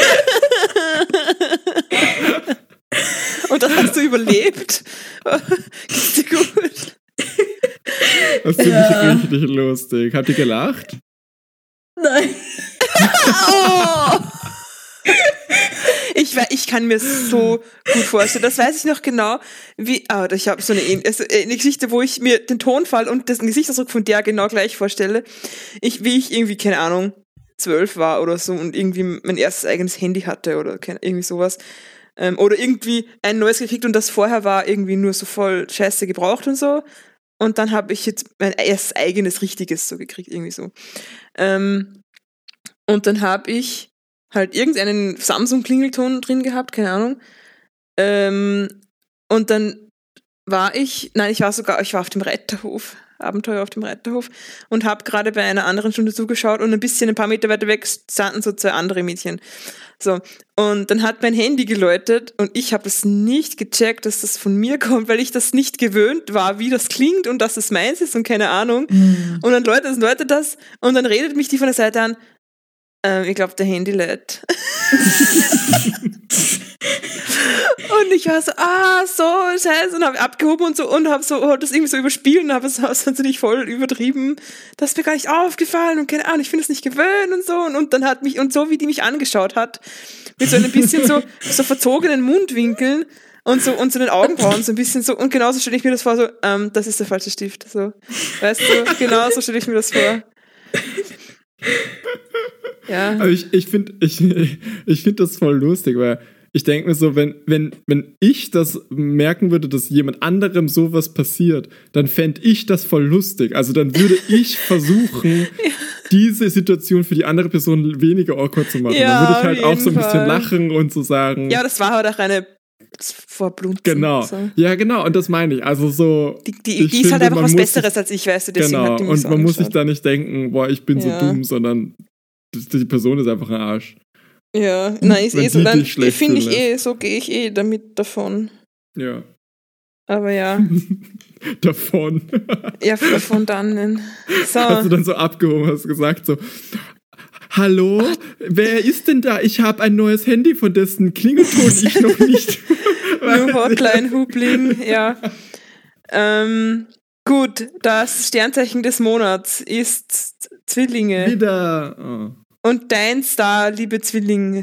Und das hast du überlebt. Geht's dir gut? Das finde Ja. ich richtig lustig. Habt ihr gelacht? Nein. Oh! Ich, we- ich kann mir so gut vorstellen, das weiß ich noch genau, wie, ah, ich habe so eine, ähn- also eine Geschichte, wo ich mir den Tonfall und den Gesichtsausdruck von der genau gleich vorstelle. Ich, wie ich irgendwie, keine Ahnung, zwölf war oder so und irgendwie mein erstes eigenes Handy hatte oder keine, irgendwie sowas. Ähm, oder irgendwie ein neues gekriegt und das vorher war irgendwie nur so voll scheiße gebraucht und so. Und dann habe ich jetzt mein erstes eigenes richtiges so gekriegt, irgendwie so. Ähm, und dann habe ich halt irgendeinen Samsung-Klingelton drin gehabt, keine Ahnung. Ähm, und dann war ich, nein, ich war sogar, ich war auf dem Reiterhof, Abenteuer auf dem Reiterhof und habe gerade bei einer anderen Stunde zugeschaut und ein bisschen, ein paar Meter weiter weg standen so zwei andere Mädchen. So, und dann hat mein Handy geläutet und ich habe es nicht gecheckt, dass das von mir kommt, weil ich das nicht gewöhnt war, wie das klingt und dass es meins ist und keine Ahnung. Mhm. Und dann läutet das, läutet das und dann redet mich die von der Seite an, ähm, ich glaube, der Handy lädt. Und ich war so, ah, so, scheiße, und habe abgehoben und so und habe so, hab das irgendwie so überspielt und habe es natürlich voll übertrieben. Das ist mir gar nicht aufgefallen und keine Ahnung, ich finde es nicht gewöhnt und so. Und, und dann hat mich, und so wie die mich angeschaut hat, mit so einem bisschen so, so verzogenen Mundwinkeln und so, und so den Augenbrauen so ein bisschen so, und genauso stelle ich mir das vor, so, ähm, das ist der falsche Stift, so. Weißt du, genau so stelle ich mir das vor. Ja. Aber ich, ich finde ich, ich find das voll lustig, weil ich denke mir so, wenn, wenn, wenn ich das merken würde, dass jemand anderem sowas passiert, dann fände ich das voll lustig. Also dann würde ich versuchen, ja. diese Situation für die andere Person weniger awkward zu machen. Ja, dann würde ich halt auch so ein bisschen Fall. lachen und so sagen. Ja, das war halt auch eine Vorblunzen. Genau. So. Ja, genau. Und das meine ich. Also so. Die, die, die ist halt einfach was Besseres als ich, weißt du, deswegen genau. hat die mich Und so man muss sich angeschaut. da nicht denken, boah, ich bin Ja. so dumm, sondern die Person ist einfach ein Arsch. Ja, nein, ist Wenn eh so, die dann dich schlecht finde ich fühlen eh, so gehe ich eh damit davon. Ja. Aber ja, Davon. ja, von dann. So. Hast du dann so abgehoben, hast gesagt so, hallo, wer ist denn da? Ich habe ein neues Handy, von dessen Klingelton ich noch nicht New Hotline Hubling, ja. Ähm, gut, das Sternzeichen des Monats ist Zwillinge. wieder. Oh. Und dein Star, liebe Zwillinge,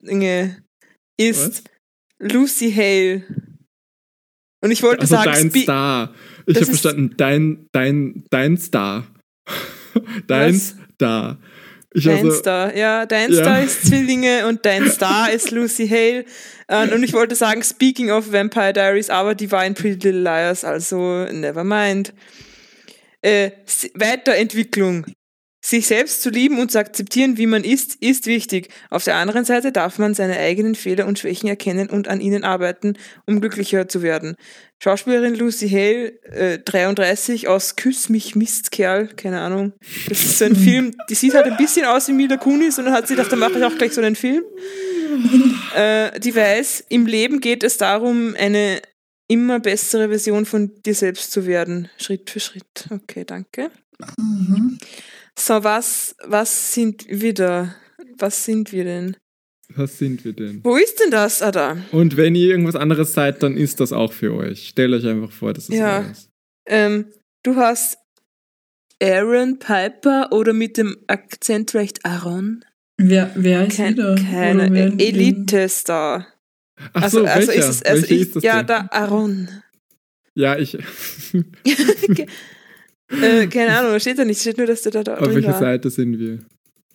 ist Was? Lucy Hale. Und ich wollte Also sagen, dein Spe- Star. Ich Das habe ist- verstanden, dein, dein, dein Star. Dein Was? Star. Ich Dein also, Star, ja, dein Ja. Star ist Zwillinge und dein Star ist Lucy Hale. Äh, und ich wollte sagen, speaking of Vampire Diaries, aber die war in Pretty Little Liars, also never mind. Äh, S- Weiterentwicklung. Sich selbst zu lieben und zu akzeptieren, wie man ist, ist wichtig. Auf der anderen Seite darf man seine eigenen Fehler und Schwächen erkennen und an ihnen arbeiten, um glücklicher zu werden. Schauspielerin Lucy Hale, äh, dreiunddreißig, aus Küss mich Mistkerl, keine Ahnung. Das ist so ein Film, die sieht halt ein bisschen aus wie Mila Kunis und dann hat sie gedacht, dann mache ich auch gleich so einen Film. Äh, die weiß, im Leben geht es darum, eine immer bessere Version von dir selbst zu werden, Schritt für Schritt. Okay, danke. Mhm. So, was, was sind wir da? Was sind wir denn? was sind wir denn? Wo ist denn das, Ada? Und wenn ihr irgendwas anderes seid, dann ist das auch für euch. Stellt euch einfach vor, das ist Ja. alles. Ähm, du hast Aaron Piper oder mit dem Akzent vielleicht Aaron? Wer, wer ist Kein, wieder? keine Oder wer- Elite-Star. Ach Also, so, also welcher? ist es, also Welcher ich, ist das ja, denn? da Aaron. Ja, ich. äh, keine Ahnung, steht da nicht, steht nur, dass du da, da Auf drin welcher war. Seite sind wir?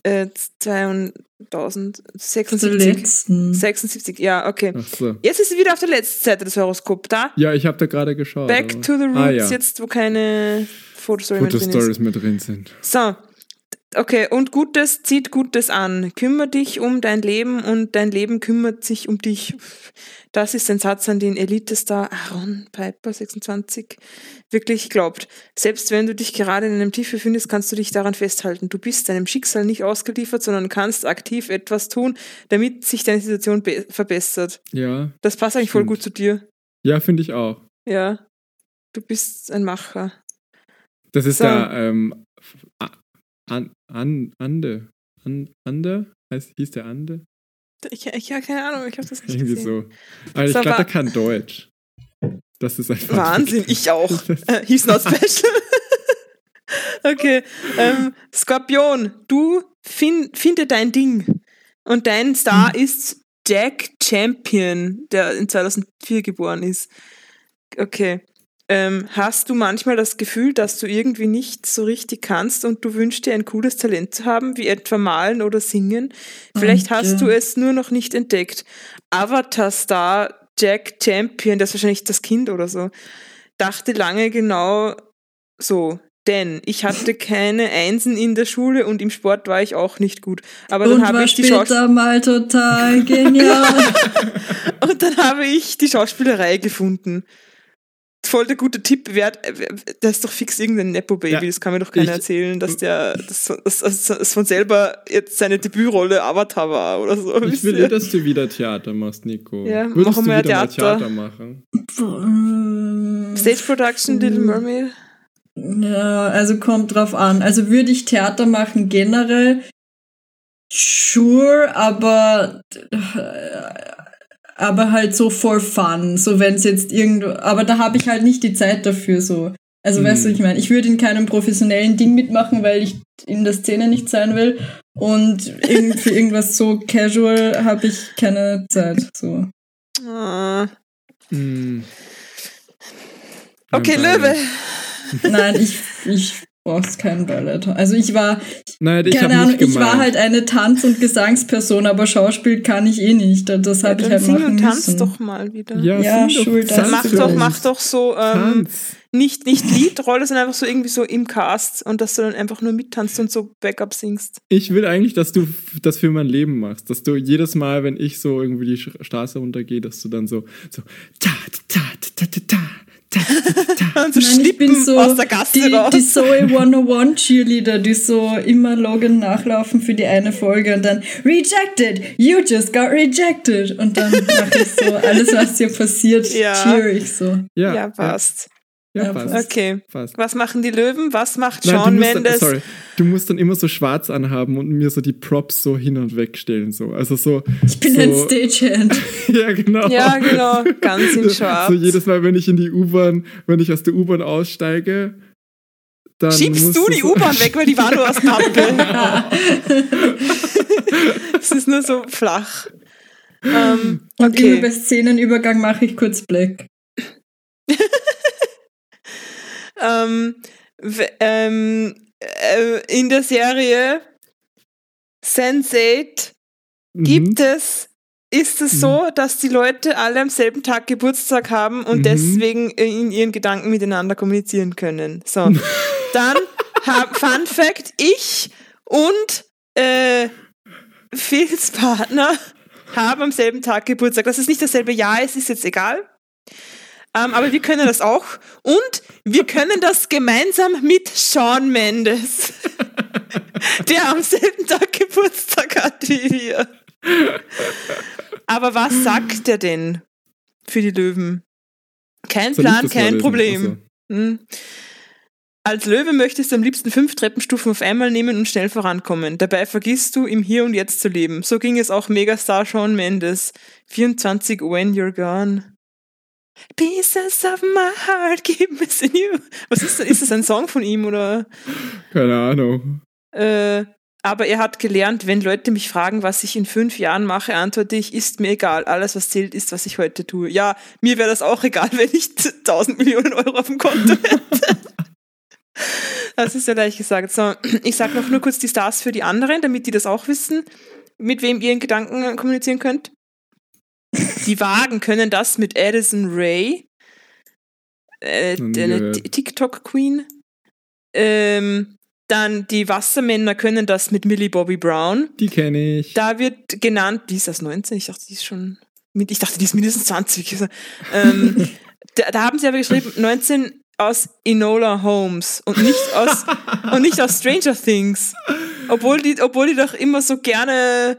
Äh, zweitausend Der sechsundsiebzig. letzten. sechsundsiebzig, ja, okay. Ach so. Jetzt ist sie wieder auf der letzten Seite des Horoskops. Da, Ja, ich habe da gerade geschaut. back aber- to the roots, ah, ja. jetzt wo keine Fotostory mehr drin ist. Fotostories mit drin sind. So, okay, und Gutes zieht Gutes an. Kümmer dich um dein Leben und dein Leben kümmert sich um dich. Das ist ein Satz, an den Elite-Star Aaron Piper, sechsundzwanzig, wirklich glaubt. Selbst wenn du dich gerade in einem Tief befindest, kannst du dich daran festhalten. Du bist deinem Schicksal nicht ausgeliefert, sondern kannst aktiv etwas tun, damit sich deine Situation be- verbessert. Ja, Das passt eigentlich voll Stimmt. gut zu dir. ja, finde ich auch. Ja, du bist ein Macher. Das ist So. der ähm, an, an, Ande. An, Ande? Heißt, hieß der Ande? Ich, ich habe keine Ahnung, ich habe das nicht Irgendwie gesehen. so. Aber ich So, glaube, wa- der kann Deutsch. Das ist einfach. Wahnsinn, ich auch. Äh, he's not special. Okay, ähm, Skorpion, du fin finde dein Ding. Und dein Star ist Jack Champion, der in zweitausendvier geboren ist. Okay. Ähm, hast du manchmal das Gefühl, dass du irgendwie nicht so richtig kannst und du wünschst dir ein cooles Talent zu haben, wie etwa malen oder singen? Vielleicht Danke. hast du es nur noch nicht entdeckt. Avatar-Star Jack Champion, das ist wahrscheinlich das Kind oder so, dachte lange genau so. Denn ich hatte keine Einsen in der Schule und im Sport war ich auch nicht gut. Aber dann Und habe war ich die Schauspiel- später mal total genial. und dann habe ich die Schauspielerei gefunden. Voll der gute Tipp. Wer, das ist doch fix irgendein Nepo-Baby. Ja, Das kann mir doch keiner ich- erzählen, dass der das, das, das, das von selber jetzt seine Debütrolle Avatar war oder so. Ich wisst will ihr? eh, dass du wieder Theater machst, Nico. Ja, Würdest machen du wir wieder mal Theater. Theater machen? Stage Production, Little Mermaid. Ja, also kommt drauf an. Also würde ich Theater machen generell, sure, aber aber halt so for fun, so wenn es jetzt irgendwo, aber da habe ich halt nicht die Zeit dafür so. Also Hm. weißt du, ich meine, ich würde in keinem professionellen Ding mitmachen, weil ich in der Szene nicht sein will und irgend, für irgendwas so casual habe ich keine Zeit, so. Ah. Hm. Okay, Nein, Löwe. Nein, ich ich brauch's kein Ballett. Also ich war Nein, ich keine habe Ahnung, nicht ich war gemeint. halt eine Tanz- und Gesangsperson, aber Schauspiel kann ich eh nicht. Das habe Ja, ich dann halt sing machen und tanz müssen. doch mal wieder. Ja, Ja, sing doch, Schul, das tanz mach ist doch, vielleicht- mach doch so, ähm, Tanz. nicht, nicht Liedrolle, sondern einfach so irgendwie so im Cast und dass du dann einfach nur mittanzt und so Backup singst. Ich will eigentlich, dass du f- das für mein Leben machst. Dass du jedes Mal, wenn ich so irgendwie die Sch- Straße runtergehe, dass du dann so, so ta ta ta ta ta ta ta ta ta. Und so Nein, ich Schnippen bin so aus der Gasse die, raus. die Zoe hunderteins Cheerleader, die so immer Logan nachlaufen für die eine Folge und dann rejected, you just got rejected und dann mache ich so alles, was hier passiert, Ja. cheer ich so. Ja, Ja, passt. Ja, Ja, passt. Okay. Passt. Was machen die Löwen? Was macht Nein, Shawn du musst Mendes? Dann, sorry, du musst dann immer so schwarz anhaben und mir so die Props so hin und weg stellen. So. Also so, Ich bin so, ein Stagehand. Ja, genau. Ja, genau. Ganz in schwarz. So jedes Mal, wenn ich in die U-Bahn, wenn ich aus der U-Bahn aussteige, dann Schiebst musst du die so- U-Bahn weg, weil die war nur aus Pappe. Es ist nur so flach. Ähm, Und immer okay. bei Szenenübergang mache ich kurz Black. ähm, w- ähm, äh, in der Serie sense eight Mhm. gibt es, ist es so, dass die Leute alle am selben Tag Geburtstag haben und Mhm. deswegen in ihren Gedanken miteinander kommunizieren können. So, dann hab, Fun Fact, ich und äh, Phils Partner haben am selben Tag Geburtstag. Dass es nicht dasselbe Jahr ist, ist jetzt egal. Ähm, aber wir können das auch. Und wir können das gemeinsam mit Shawn Mendes, der am selben Tag Geburtstag hat wie wir. Aber was sagt er denn für die Löwen? Kein Soll ich Plan, das kein vorlesen? Problem. Hm. Als Löwe möchtest du am liebsten fünf Treppenstufen auf einmal nehmen und schnell vorankommen. Dabei vergisst du, im Hier und Jetzt zu leben. So ging es auch Megastar Shawn Mendes. vierundzwanzig When You're Gone. Pieces of my heart keep missing you. Was ist das? Ist das ein Song von ihm oder? Keine Ahnung. Äh, aber er hat gelernt, wenn Leute mich fragen, was ich in fünf Jahren mache, antworte ich, ist mir egal. Alles, was zählt, ist, was ich heute tue. Ja, mir wäre das auch egal, wenn ich tausend Millionen Euro auf dem Konto hätte. Das ist ja leicht gesagt. So, ich sage noch nur kurz die Stars für die anderen, damit die das auch wissen, mit wem ihr in Gedanken kommunizieren könnt. Die Wagen können das mit Addison Rae, äh, eine TikTok-Queen. Ähm, dann die Wassermänner können das mit Millie Bobby Brown. Die kenne ich. Da wird genannt, die ist erst neunzehn, ich dachte, die ist schon, ich dachte, die ist mindestens zwanzig. ähm, da, da haben sie aber geschrieben, neunzehn aus Enola Holmes und nicht aus, und nicht aus Stranger Things. Obwohl die, obwohl die doch immer so gerne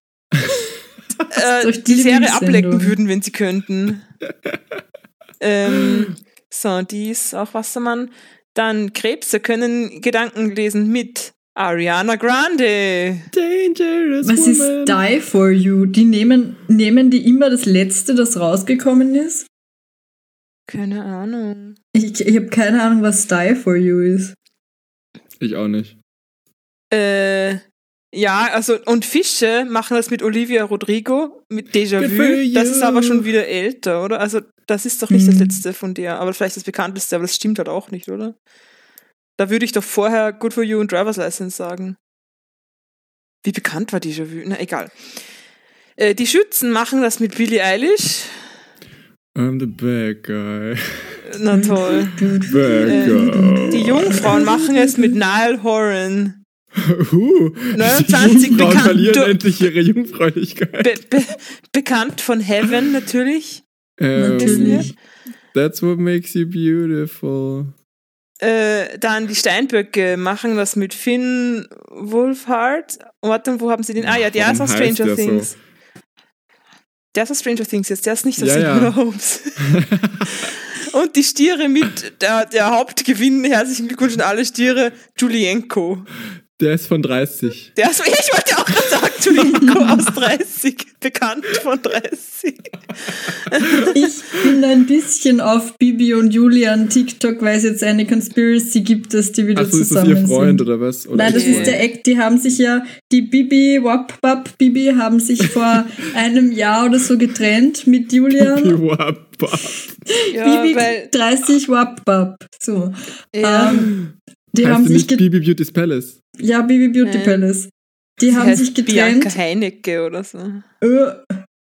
äh, die, die Serie ablecken würden, wenn sie könnten. ähm, so, die ist auch Wassermann. Dann Krebse können Gedanken lesen mit Ariana Grande. Dangerous Was woman. ist Die For You? Die nehmen, nehmen die immer das Letzte, das rausgekommen ist? Keine Ahnung. Ich, ich habe keine Ahnung, was Die For You ist. Ich auch nicht. Äh, ja, also, und Fische machen das mit Olivia Rodrigo, mit Déjà-vu. Das ist aber schon wieder älter, oder? Also, das ist doch nicht Mhm. das letzte von der, aber vielleicht das bekannteste, aber das stimmt halt auch nicht, oder? Da würde ich doch vorher Good For You und Driver's License sagen. Wie bekannt war Déjà-vu? Na, egal. Äh, die Schützen machen das mit Billie Eilish. I'm the bad guy. Na toll. Bad Äh, guy. die Jungfrauen machen es mit Niall Horan. Uh, neunundzwanzig die Jungfrauen bekannt- verlieren endlich ihre Jungfräulichkeit. Be be bekannt von Heaven natürlich. Ähm, Natürlich. That's what makes you beautiful. Äh, dann die Steinböcke machen das mit Finn Wolfhard. Warte, wo haben sie den? Ah ja, der Warum ist aus heißt Stranger der so? Things. Der ist aus Stranger Things jetzt, der ist nicht aus Ja, ja. Enola Holmes. Und die Stiere mit der, der Hauptgewinn, herzlichen Glückwunsch an alle Stiere, Julienko. Der ist von dreißig. Der ist, ich wollte auch gerade sagen, Julienko aus dreißig, bekannt von dreißig. Ich bin ein bisschen auf Bibi und Julian TikTok, weil es jetzt eine Conspiracy gibt, dass die wieder Achso, ist das zusammen ihr Freund sind. oder was? Oder Nein, das Okay. ist der Eck. Die haben sich ja, die Bibi, Wap Wap Bibi, haben sich vor einem Jahr oder so getrennt mit Julian. Ja, Bibi weil, dreißig Wap Wap. So. ja, Ähm, die heißt haben sie sich nicht getrennt. Bibi Beauty's Palace? Ja, Bibi Beauty Nein. Palace. Die sie haben heißt sich getrennt. Bianca Heinecke oder so. Äh,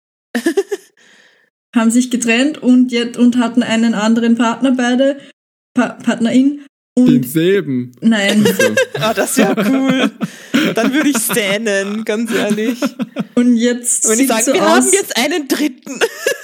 haben sich getrennt und jetzt und hatten einen anderen Partner beide, pa Partnerin und Denselben. nein. So. Ah, das wäre cool. Dann würde ich stannen, ganz ehrlich. Und jetzt Und ich sieht sage, so wir aus, haben jetzt einen dritten.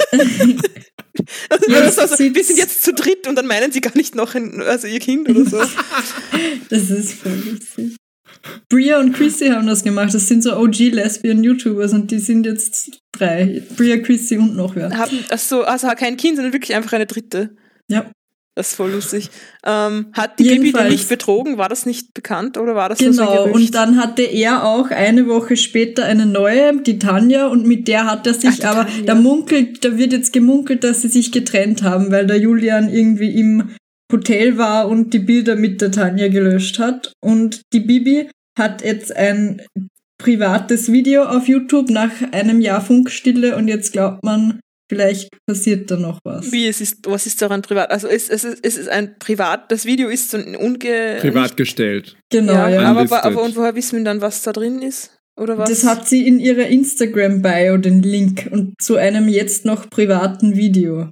Also, Jetzt also, wir sieht's- sind jetzt zu dritt und dann meinen sie gar nicht noch ein, also ihr Kind oder so. das ist voll lustig. Bria und Chrissy haben das gemacht. Das sind so O G-Lesbian-YouTubers und die sind jetzt drei. Bria, Chrissy und noch wer. Haben, also, also kein Kind, sondern wirklich einfach eine dritte. Ja, Das ist voll lustig. Ähm, hat die Bibi den Jedenfalls. nicht betrogen? War das nicht bekannt oder war das nur so genau. ein Gerücht? Und dann hatte er auch eine Woche später eine neue, die Tanja, und mit der hat er sich, Ach, die aber Tanja. da munkelt, da wird jetzt gemunkelt, dass sie sich getrennt haben, weil der Julian irgendwie im Hotel war und die Bilder mit der Tanja gelöscht hat. Und die Bibi hat jetzt ein privates Video auf YouTube nach einem Jahr Funkstille und jetzt glaubt man, vielleicht passiert da noch was. Wie, es ist, was ist daran privat? Also es, es, ist, es ist ein Privat, das Video ist so ein unge... Privat gestellt. Genau, Ja, ja. aber, Unlisted. aber und woher wissen wir dann, was da drin ist? Oder was? Das hat sie in ihrer Instagram-Bio, den Link, und zu einem jetzt noch privaten Video.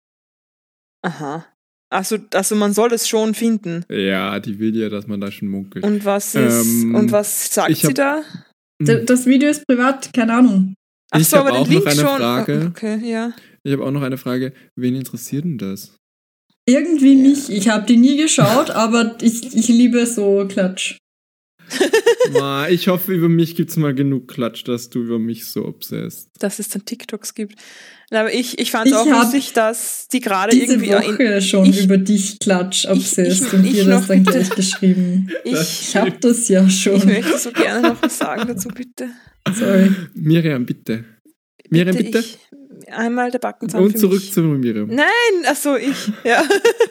Aha. Also, also man soll es schon finden. Ja, die will ja, dass man da schon munkelt. Und was ist, Ähm, und was sagt ich sie hab- da? D- Das Video ist privat, keine Ahnung. Ach Ich so, hab aber auch den noch Link eine schon. Frage. Okay, ja. Ich habe auch noch eine Frage. Wen interessiert denn das? Irgendwie mich. Ich habe die nie geschaut, aber ich, ich liebe so Klatsch. Ma, ich hoffe, über mich gibt's mal genug Klatsch, dass du über mich so obsessed. Dass es dann TikToks gibt. Na, aber ich, ich fand es Ich auch hab lustig, dass die gerade Diese irgendwie. Woche schon ich- über dich Klatsch obsessed ich- und ich dir noch das dann bitte. gleich geschrieben. Ich, Ich hab das ja ich schon. möchte so gerne noch was sagen dazu, bitte. Sorry. Miriam, bitte. Miriam, bitte. Ich, einmal der Backenzahn Und für zurück mich. zu Miriam. Nein, achso, ich, ja.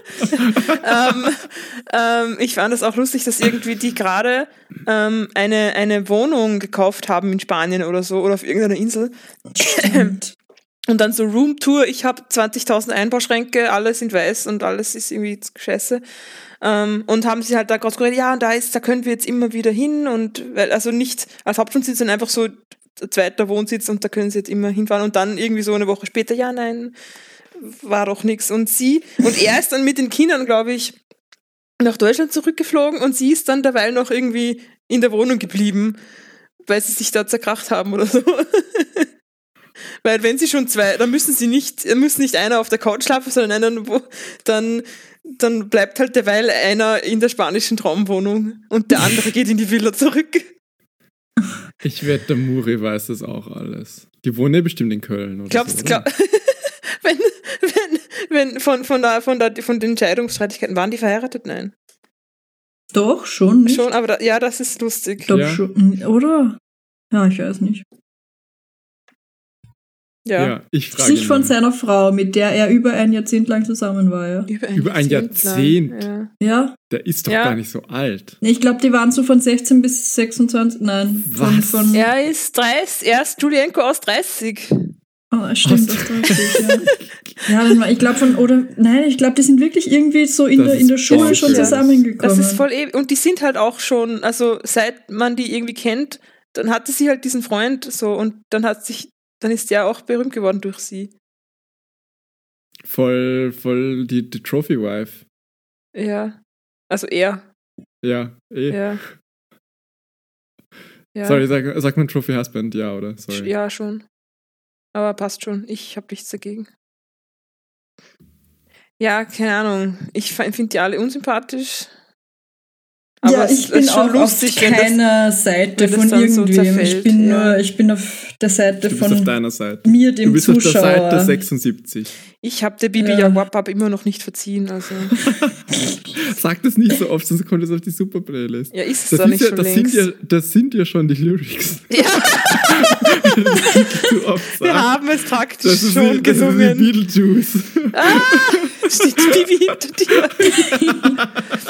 ähm, ähm, ich fand es auch lustig, dass irgendwie die gerade ähm, eine, eine Wohnung gekauft haben in Spanien oder so oder auf irgendeiner Insel. Stimmt. Und dann so Roomtour, ich habe zwanzigtausend Einbauschränke, alle sind weiß und alles ist irgendwie scheiße. Ähm, und haben sie halt da gerade gesagt, ja, und da ist, da können wir jetzt immer wieder hin und, weil, also nicht als Hauptwohnsitz, sondern einfach so zweiter Wohnsitz und da können sie jetzt immer hinfahren und dann irgendwie so eine Woche später, ja, nein, war doch nichts. Und sie, und er ist dann mit den Kindern, glaube ich, nach Deutschland zurückgeflogen und sie ist dann derweil noch irgendwie in der Wohnung geblieben, weil sie sich da zerkracht haben oder so. Weil wenn sie schon zwei, dann müssen sie nicht, müssen nicht einer auf der Couch schlafen, sondern einer, wo, dann, dann bleibt halt derweil einer in der spanischen Traumwohnung und der andere geht in die Villa zurück. Ich wette, der Muri weiß das auch alles. Die wohnen ja bestimmt in Köln, oder? Glaubst so, glaub, wenn, wenn, wenn von, von, der, von, der, von den Scheidungsstreitigkeiten, waren die verheiratet? Nein. Doch, schon. Nicht? Schon, aber da, ja, das ist lustig. Ich glaube Ja. schon. Oder? Ja, ich weiß nicht. Ja. Ja, ich frage Sich von mal. seiner Frau, mit der er über ein Jahrzehnt lang zusammen war, ja. Über ein, Über ein Jahrzehnt Jahrzehnt. lang. Ja. Der ist doch Ja. gar nicht so alt. Ich glaube, die waren so von sechzehn bis sechsundzwanzig. Nein. Von, Was? von, Ja. Er ist dreißig, er ist Julienko aus dreißig. Oh, stimmt, Aus- das dreißig, ja. Ja, dann war, ich glaube von, oder, nein, ich glaube, die sind wirklich irgendwie so in Das der, in der ist Schule Bullshit. schon zusammengekommen. Das ist voll ewig. Und die sind halt auch schon, also seit man die irgendwie kennt, dann hatte sie halt diesen Freund so und dann hat sich, dann ist der auch berühmt geworden durch sie. Voll, voll die, die Trophy-Wife. Ja. Also er. Ja, eh. Ja. Ja. Sorry, sag, sagt man Trophy-Husband? Ja, oder? Sorry. Ja, schon. Aber passt schon. Ich habe nichts dagegen. Ja, keine Ahnung. Ich finde die alle unsympathisch. Aber ja, es ich bin ist schon auch lustig, auf wenn das, keiner Seite wenn das von dann so irgendwem. ich zerfällt, bin ja. nur, ich bin auf der Seite Du bist auf von deiner Seite. mir, dem Du bist auf Zuschauer. der Seite sechsundsiebzig. ich habe der Bibi Ja. ja Wap immer noch nicht verziehen. Also. Sag das nicht so oft, sonst kommt das auf die Super-Playlist. Ja, ist es Das, da ist nicht ja, schon das, längst. sind ja, das sind ja schon die Lyrics. Ja, Zu oft wir sagen. haben es praktisch Das ist, schon wie, das ist wie gesungen. Beetlejuice. Ah, steht die Bibi hinter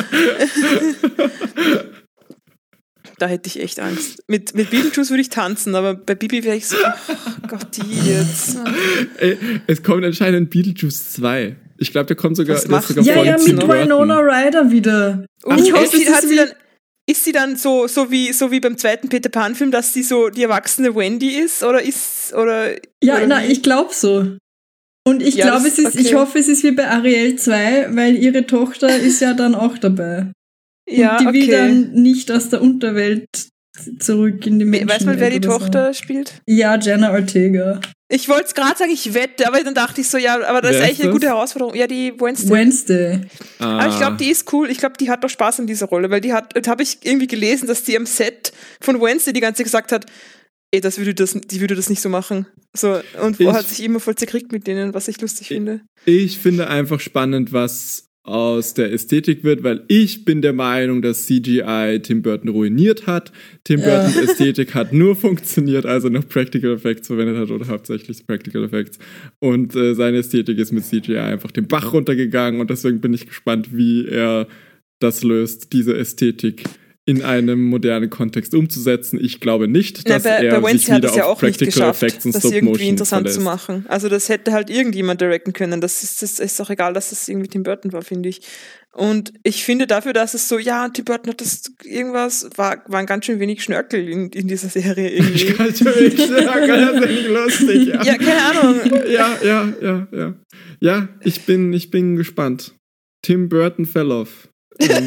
dir. Da hätte ich echt Angst. Mit, mit Beetlejuice würde ich tanzen, aber bei Bibi wäre ich so, oh Gott, die jetzt. Ey, es kommt anscheinend Beetlejuice zwei. Ich glaube, der kommt sogar, Was der ist macht sogar die? Ja, voll ja, Tim mit Burton. Winona Ryder wieder. Und Ach, ich hoffe, echt? sie Das hat ist sie wie- dann, ist sie dann so, so, wie, so wie beim zweiten Peter Pan-Film, dass sie so die erwachsene Wendy ist? Oder ist, oder. Ja, oder na, wie? ich glaube so. Und ich Ja, glaube, das- es ist, ich okay. hoffe, es ist wie bei Ariel zwei, weil ihre Tochter ist ja dann auch dabei. Ja, Und die will okay. dann nicht aus der Unterwelt zurück in die Menschen. Weiß man, wer die oder Tochter spielt? So. Ja, Jenna Ortega. Ich wollte es gerade sagen, ich wette, aber dann dachte ich so, ja, aber das Wer ist ist eigentlich eine das? gute Herausforderung. Ja, die Wednesday. Wednesday. Ah. Aber ich glaube, die ist cool. Ich glaube, die hat doch Spaß in dieser Rolle, weil die hat, da habe ich irgendwie gelesen, dass die am Set von Wednesday die ganze Zeit gesagt hat, ey, das würde das, die würde das nicht so machen. So, und Ich- hat sich immer voll zerkriegt mit denen, was ich lustig finde. Ich finde einfach spannend, was aus der Ästhetik wird, weil ich bin der Meinung, dass C G I Tim Burton ruiniert hat. Tim Ja. Burtons Ästhetik hat nur funktioniert, als er noch Practical Effects verwendet hat oder hauptsächlich Practical Effects. Und äh, seine Ästhetik ist mit C G I einfach den Bach runtergegangen und deswegen bin ich gespannt, wie er das löst, diese Ästhetik in einem modernen Kontext umzusetzen. Ich glaube nicht, Ja, dass bei, er bei sich Wednesday hat wieder es ja auf auch nicht Practical geschafft, Effects und das Stop irgendwie Motion interessant verlässt. zu machen. Also das hätte halt irgendjemand directen können. Das ist, das ist auch egal, dass das irgendwie Tim Burton war, finde ich. Und ich finde dafür, dass es so, ja, Tim Burton hat das irgendwas, war, waren ganz schön wenig Schnörkel in, in dieser Serie irgendwie. Ich kann schon wirklich sagen, das ist nicht lustig. Ja. Ja, keine Ahnung. ja, ja, ja, ja. Ja, ich bin, ich bin gespannt. Tim Burton fell off. Ähm,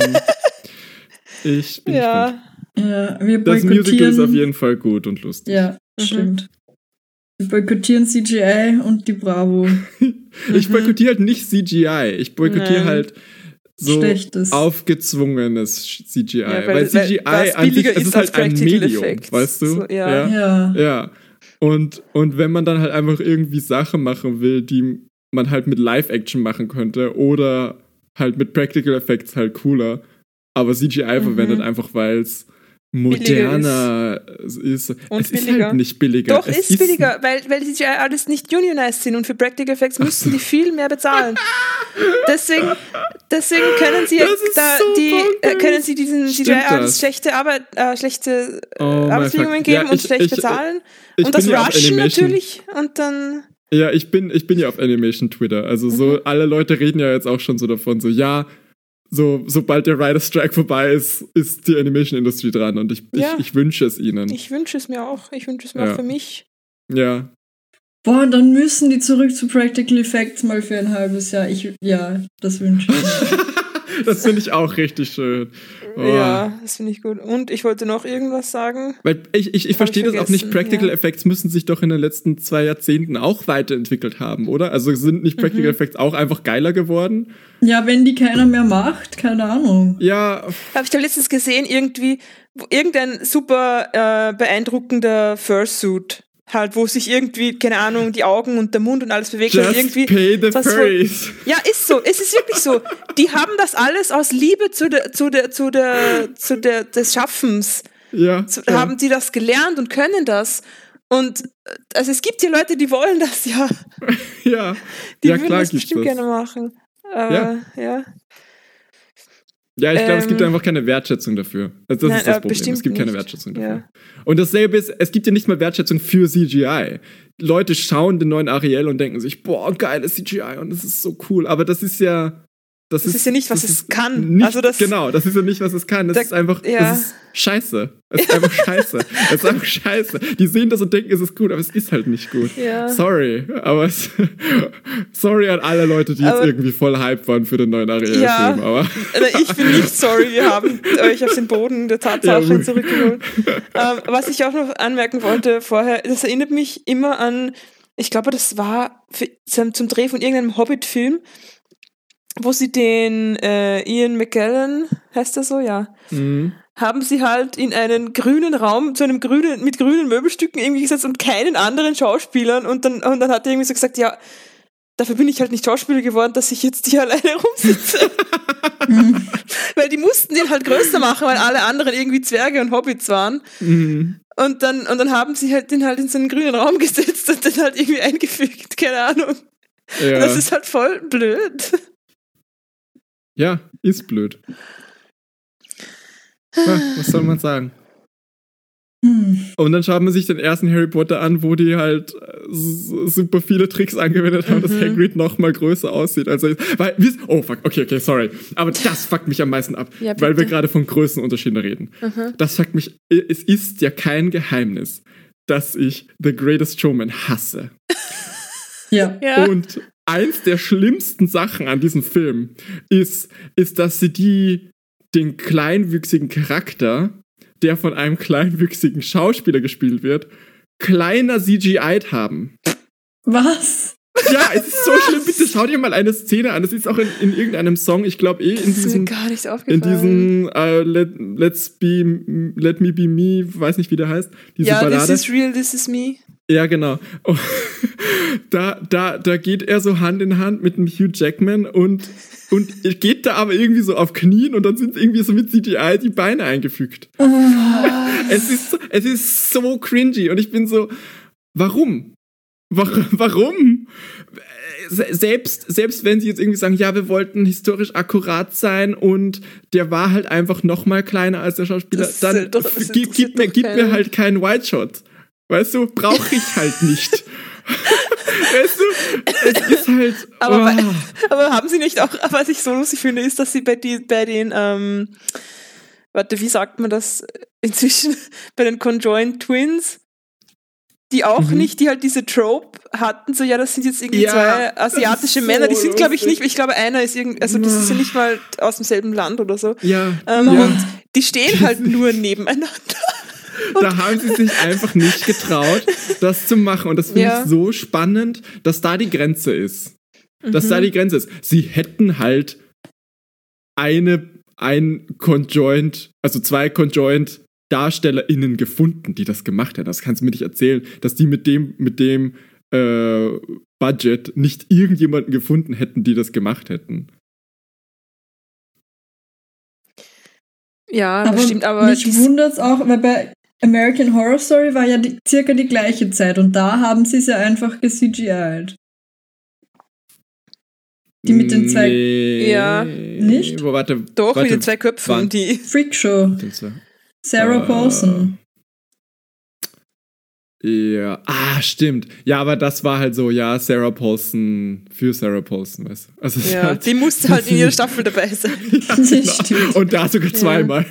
ich bin Ja. gespannt. Ja, wir Das Musical ist auf boykottieren. jeden Fall gut und lustig. Ja, Mhm. stimmt. Wir boykottieren C G I und die Bravo. Ich boykottiere halt nicht C G I. Ich boykottiere Nein. halt so Schlechtes. aufgezwungenes C G I. Ja, weil, weil- C G I weil- was an sich, billiger es ist ist als halt ein Practical Medium, Effects. weißt du? So, ja. Ja. Ja. Und, und wenn man dann halt einfach irgendwie Sachen machen will, die man halt mit Live-Action machen könnte oder halt mit Practical Effects halt cooler, aber C G I Mhm. verwendet einfach, weil es moderner ist. Und es ist billiger. halt nicht billiger. Doch, es ist billiger, weil, weil die C G I alles nicht unionized sind und für Practical Effects müssen die viel mehr bezahlen. Deswegen, deswegen können sie, Das ist da, so die, äh, bonkers. können sie diesen C G Stimmt I-Artists das? schlechte Arbeit, äh, schlechte äh, Oh mein Arbeitsbedingungen Fuck. geben Ja, und ich- schlecht ich- bezahlen. Ich Und das bin ja auf Rushen Animation. natürlich und dann Ja, ich bin, ich bin ja auf Animation Twitter. Also so, mhm. alle Leute reden ja jetzt auch schon so davon, so ja, so, sobald der Writer Strike vorbei ist, ist die Animation-Industrie dran und ich, ja. ich, ich wünsche es ihnen. Ich wünsche es mir auch. Ich wünsche es mir ja. auch für mich. Ja. Boah, und dann müssen die zurück zu Practical Effects mal für ein halbes Jahr. Ich, ja, das wünsche ich mir. Das finde ich auch richtig schön. Oh. Ja, das finde ich gut. Und ich wollte noch irgendwas sagen. Weil ich, ich, ich verstehe das auch nicht. Practical ja. Effects müssen sich doch in den letzten zwei Jahrzehnten auch weiterentwickelt haben, oder? Also sind nicht Practical mhm. Effects auch einfach geiler geworden? Ja, wenn die keiner mehr macht, keine Ahnung. Ja. Habe ich da letztens gesehen, irgendwie, wo irgendein super äh, beeindruckender Fursuit. Halt, wo sich irgendwie, keine Ahnung, die Augen und der Mund und alles bewegt. Just und irgendwie, pay the price. Ja, ist so. Es ist wirklich so. Die haben das alles aus Liebe zu der, zu der, zu der, zu der, des Schaffens. Ja, zu, ja. Haben die das gelernt und können das. Und also es gibt hier Leute, die wollen das ja. Ja, die ja, würden klar das bestimmt das. gerne machen. Aber, ja. ja. Ja, ich glaube, ähm, es gibt einfach keine Wertschätzung dafür. Also das nein, ist das Problem. Es gibt keine nicht. Wertschätzung dafür. Ja. Und dasselbe ist, es gibt ja nicht mal Wertschätzung für C G I. Leute schauen den neuen Ariel und denken sich, boah, geiles C G I und das ist so cool. Aber das ist ja... Das, das ist, ist ja nicht, was es kann. Nicht, also das, genau, das ist ja nicht, was es kann. Das da, ist einfach, ja. das ist scheiße. Es ist einfach scheiße. Es ist einfach scheiße. Die sehen das und denken, es ist gut, aber es ist halt nicht gut. Ja. Sorry, aber es, sorry an alle Leute, die aber, jetzt irgendwie voll hype waren für den neuen Ariel-Film. Ja, aber ich bin nicht sorry, wir haben euch auf den Boden der Tatsachen ja, zurückgeholt. ähm, was ich auch noch anmerken wollte vorher, das erinnert mich immer an, ich glaube, das war für, zum, zum Dreh von irgendeinem Hobbit-Film, wo sie den äh, Ian McKellen, heißt er so, ja, mhm. haben sie halt in einen grünen Raum, zu einem grünen, mit grünen Möbelstücken irgendwie gesetzt und keinen anderen Schauspielern und dann, und dann hat er irgendwie so gesagt, ja, dafür bin ich halt nicht Schauspieler geworden, dass ich jetzt hier alleine rumsitze. Mhm. Weil die mussten den halt größer machen, weil alle anderen irgendwie Zwerge und Hobbits waren. Mhm. Und dann, und dann haben sie halt den halt in so einen grünen Raum gesetzt und den halt irgendwie eingefügt, keine Ahnung. Ja. Das ist halt voll blöd. Ja, ist blöd. Ja, was soll man sagen? Hm. Und dann schaut man sich den ersten Harry Potter an, wo die halt super viele Tricks angewendet haben, mhm. dass Hagrid noch mal größer aussieht. Also, weil, oh fuck, okay, okay, sorry. Aber das fuckt mich am meisten ab, ja, weil wir gerade von Größenunterschieden reden. Mhm. Das fuckt mich, es ist ja kein Geheimnis, dass ich The Greatest Showman hasse. Ja. ja. Und eins der schlimmsten Sachen an diesem Film ist, ist, dass sie die, den kleinwüchsigen Charakter, der von einem kleinwüchsigen Schauspieler gespielt wird, kleiner C G I'd haben. Was? Ja, es ist so schlimm. Bitte schau dir mal eine Szene an. Das ist auch in, in irgendeinem Song, ich glaube eh in diesem, gar nicht in diesem uh, Let, Let's Be, Let Me Be Me, weiß nicht, wie der heißt. Diese ja, Ballade. This is real, this is me. Ja, genau. Oh, da, da, da geht er so Hand in Hand mit dem Hugh Jackman und, und geht da aber irgendwie so auf Knien und dann sind irgendwie so mit C G I die Beine eingefügt. Oh. Es ist, es ist so cringy und ich bin so, warum? Warum? Selbst, selbst wenn sie jetzt irgendwie sagen, ja, wir wollten historisch akkurat sein und der war halt einfach noch mal kleiner als der Schauspieler, das dann doch, das gib, gib, mir, gib mir halt keinen White Shot. Weißt du, brauche ich halt nicht. Weißt du, es ist halt... Aber, oh. bei, aber haben sie nicht auch, was ich so lustig finde, ist, dass sie bei, die, bei den, ähm, warte, wie sagt man das inzwischen, bei den Conjoined Twins, die auch mhm. nicht, die halt diese Trope hatten, so ja, das sind jetzt irgendwie ja, zwei asiatische so Männer, die sind, glaube ich, lustig. nicht, ich glaube, einer ist irgendwie, also das ist ja nicht mal aus demselben Land oder so. Ja. Ähm, ja. Und die stehen halt nur nebeneinander. Da haben sie sich einfach nicht getraut, das zu machen. Und das finde ja. ich so spannend, dass da die Grenze ist. Dass mhm. da die Grenze ist. Sie hätten halt eine, ein Conjoint, also zwei Conjoint DarstellerInnen gefunden, die das gemacht hätten. Das kannst du mir nicht erzählen, dass die mit dem, mit dem äh, Budget nicht irgendjemanden gefunden hätten, die das gemacht hätten. Ja, aber das stimmt, aber mich wundert es auch, weil bei American Horror Story war ja die, circa die gleiche Zeit und da haben sie es ja einfach ge-C G I'd. Die mit den zwei... Nee, ja. Nicht? Wo, warte, Doch, warte, mit den zwei Köpfen. wann? Die Freakshow. Sarah äh, Paulson. Ja, ah, stimmt. Ja, aber das war halt so, ja, Sarah Paulson für Sarah Paulson, weißt du. Also Ja, halt, die musste halt in jeder Staffel dabei sein. ja, genau. Und da sogar zweimal.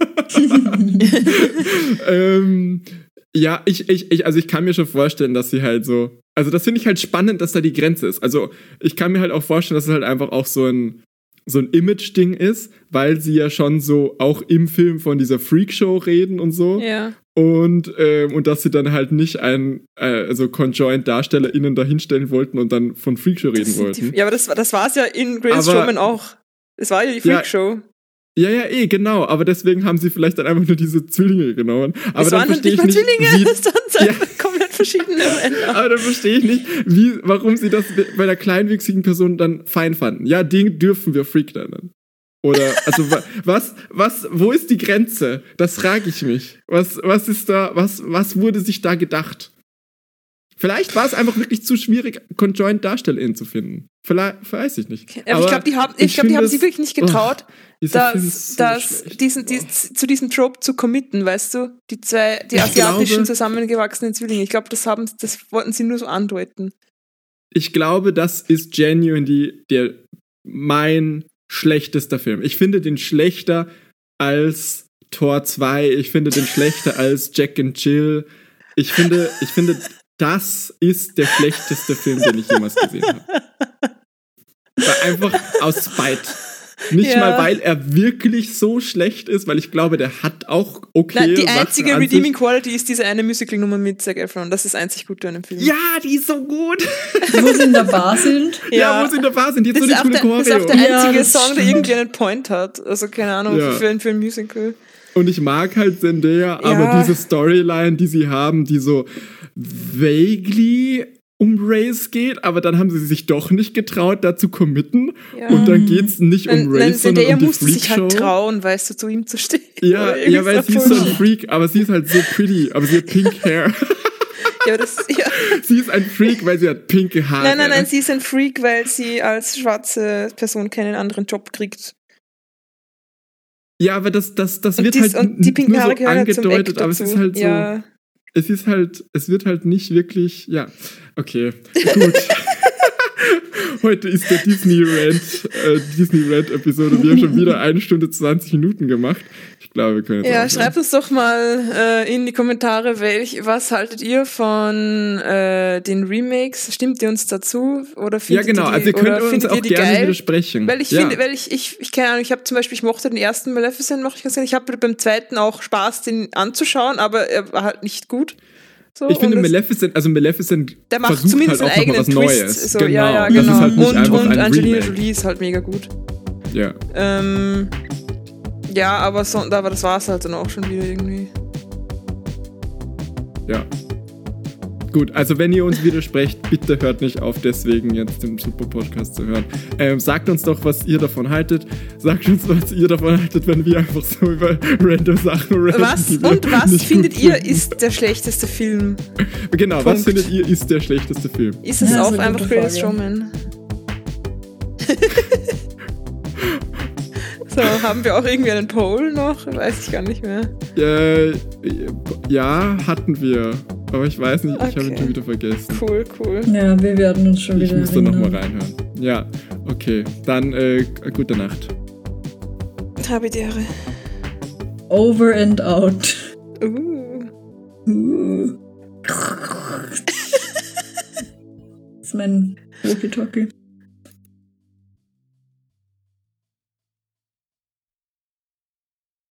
ähm, ja, ich, ich, ich, also ich kann mir schon vorstellen, dass sie halt so, also das finde ich halt spannend, dass da die Grenze ist. Also ich kann mir halt auch vorstellen, dass es halt einfach auch so ein, so ein Image-Ding ist, weil sie ja schon so auch im Film von dieser Freakshow reden und so. Ja. Und, ähm, und dass sie dann halt nicht ein, äh, also conjoint DarstellerInnen da hinstellen wollten und dann von Freakshow reden wollten. Die, ja, aber das, das war es ja in Greatest Aber- Showman auch. Es war ja die Freakshow. Ja, ja, eh, genau. Aber deswegen haben sie vielleicht dann einfach nur diese Zwillinge genommen. Aber Es dann waren halt verstehe nicht ich mal nicht, Zwillinge, wie, es waren Ja. komplett verschiedene Männer. aber dann verstehe ich nicht, wie, warum sie das bei der kleinwüchsigen Person dann fein fanden. Ja, den dürfen wir Freak nennen. Oder, also, wa- was, was, wo ist die Grenze? Das frage ich mich. Was, was ist da, was, was wurde sich da gedacht? Vielleicht war es einfach wirklich zu schwierig, conjoint DarstellerInnen zu finden. Vielleicht, weiß ich nicht. Aber, ich glaube, die haben, ich glaub, die finde haben es- sich wirklich nicht getraut, oh, dieser Film dass, ist so dass schlecht. diesen, die, zu diesem Trope zu committen, weißt du? Die zwei, die Ich asiatischen glaube- zusammengewachsenen Zwillinge. Ich glaube, das haben, das wollten sie nur so andeuten. Ich glaube, das ist genuinely der, mein schlechtester Film. Ich finde den schlechter als Tor zwei. Ich finde den schlechter als Jack and Jill. Ich finde, ich finde, das ist der schlechteste Film, den ich jemals gesehen habe. War einfach aus Spite. Nicht Ja. mal, weil er wirklich so schlecht ist, weil ich glaube, der hat auch okay Nein, die Sachen einzige an sich. Redeeming Quality ist diese eine Musical-Nummer mit Zac Efron. Das ist das einzig Gute an dem Film. Ja, die ist so gut. Wo sie in der Bar sind. Ja, wo sie in der Bar sind. Die hat Das so ist, eine auch coole der, das ist auch Choreo. der Ja, einzige das Song, der stimmt. irgendwie einen Point hat. Also keine Ahnung, Ja. für, ein, für ein Musical. Und ich mag halt Zendaya, aber Ja. diese Storyline, die sie haben, die so vaguely um Race geht, aber dann haben sie sich doch nicht getraut, da zu committen. Ja. Und dann geht's nicht um Nein, nein, Race, sondern Zendaya um die musste sich Freakshow. halt trauen, weißt du, zu ihm zu stehen. Ja, Oder irgendwie ja, weil sie ist so ein Bullshit. Freak, aber sie ist halt so pretty, aber sie hat pink hair. Ja, das, ja. Sie ist ein Freak, weil sie hat pinke Haare. Nein, nein, nein, sie ist ein Freak, weil sie als schwarze Person keinen anderen Job kriegt. Ja, aber das, das, das Und wird die, halt und die pinken nur Haare so gehören halt zum Eck angedeutet, aber es dazu. ist halt so, Ja. es ist halt, es wird halt nicht wirklich, ja, okay, gut. Heute ist der Disney-Rant, äh, Disney-Rant-Episode. Wir haben schon wieder eine Stunde zwanzig Minuten gemacht. Ich glaube, wir können jetzt Ja, aufhören. schreibt uns doch mal äh, in die Kommentare, welch, was haltet ihr von äh, den Remakes? Stimmt ihr uns dazu? Oder Ja, findet genau. ihr die, Also ihr oder könnt uns findet auch ihr die gerne geil? widersprechen. Weil ich ja. finde, weil ich, ich, ich keine Ahnung, ich habe zum Beispiel, ich mochte den ersten Maleficent, mochte ich ganz gerne. Ich habe beim zweiten auch Spaß, den anzuschauen, aber er war halt nicht gut. So, Ich finde und das- Maleficent, also Maleficent der macht versucht zumindest halt auch einen noch eigenen was Twist. Neues. So, genau. Ja, ja, Das genau. ist halt nicht und einfach und ein Angelina Remake. Jolie ist halt mega gut. Ja. Ähm, ja, aber, so, aber das war es halt dann auch schon wieder irgendwie. Ja. Gut, also wenn ihr uns widersprecht, bitte hört nicht auf, deswegen jetzt den Super-Podcast zu hören. Ähm, sagt uns doch, was ihr davon haltet. Sagt uns, was ihr davon haltet, wenn wir einfach so über random Sachen reden. Was die wir und was nicht findet gut ihr finden. ist der schlechteste Film? Genau, Punkt. was findet ihr ist der schlechteste Film? Ist es Ja, das auch ist eine einfach gute Greatest Frage. Showman? So, haben wir auch irgendwie einen Poll noch? Weiß ich gar nicht mehr. Äh, ja, hatten wir. Aber ich weiß nicht, ich habe ihn Okay. schon wieder vergessen. Cool, cool. Ja, wir werden uns schon Ich wieder muss da nochmal erinnern. reinhören. Ja, okay. Dann äh, gute Nacht. Habe die Ehre. Over and out. Uh. Uh. Das ist mein Walkie-Talkie.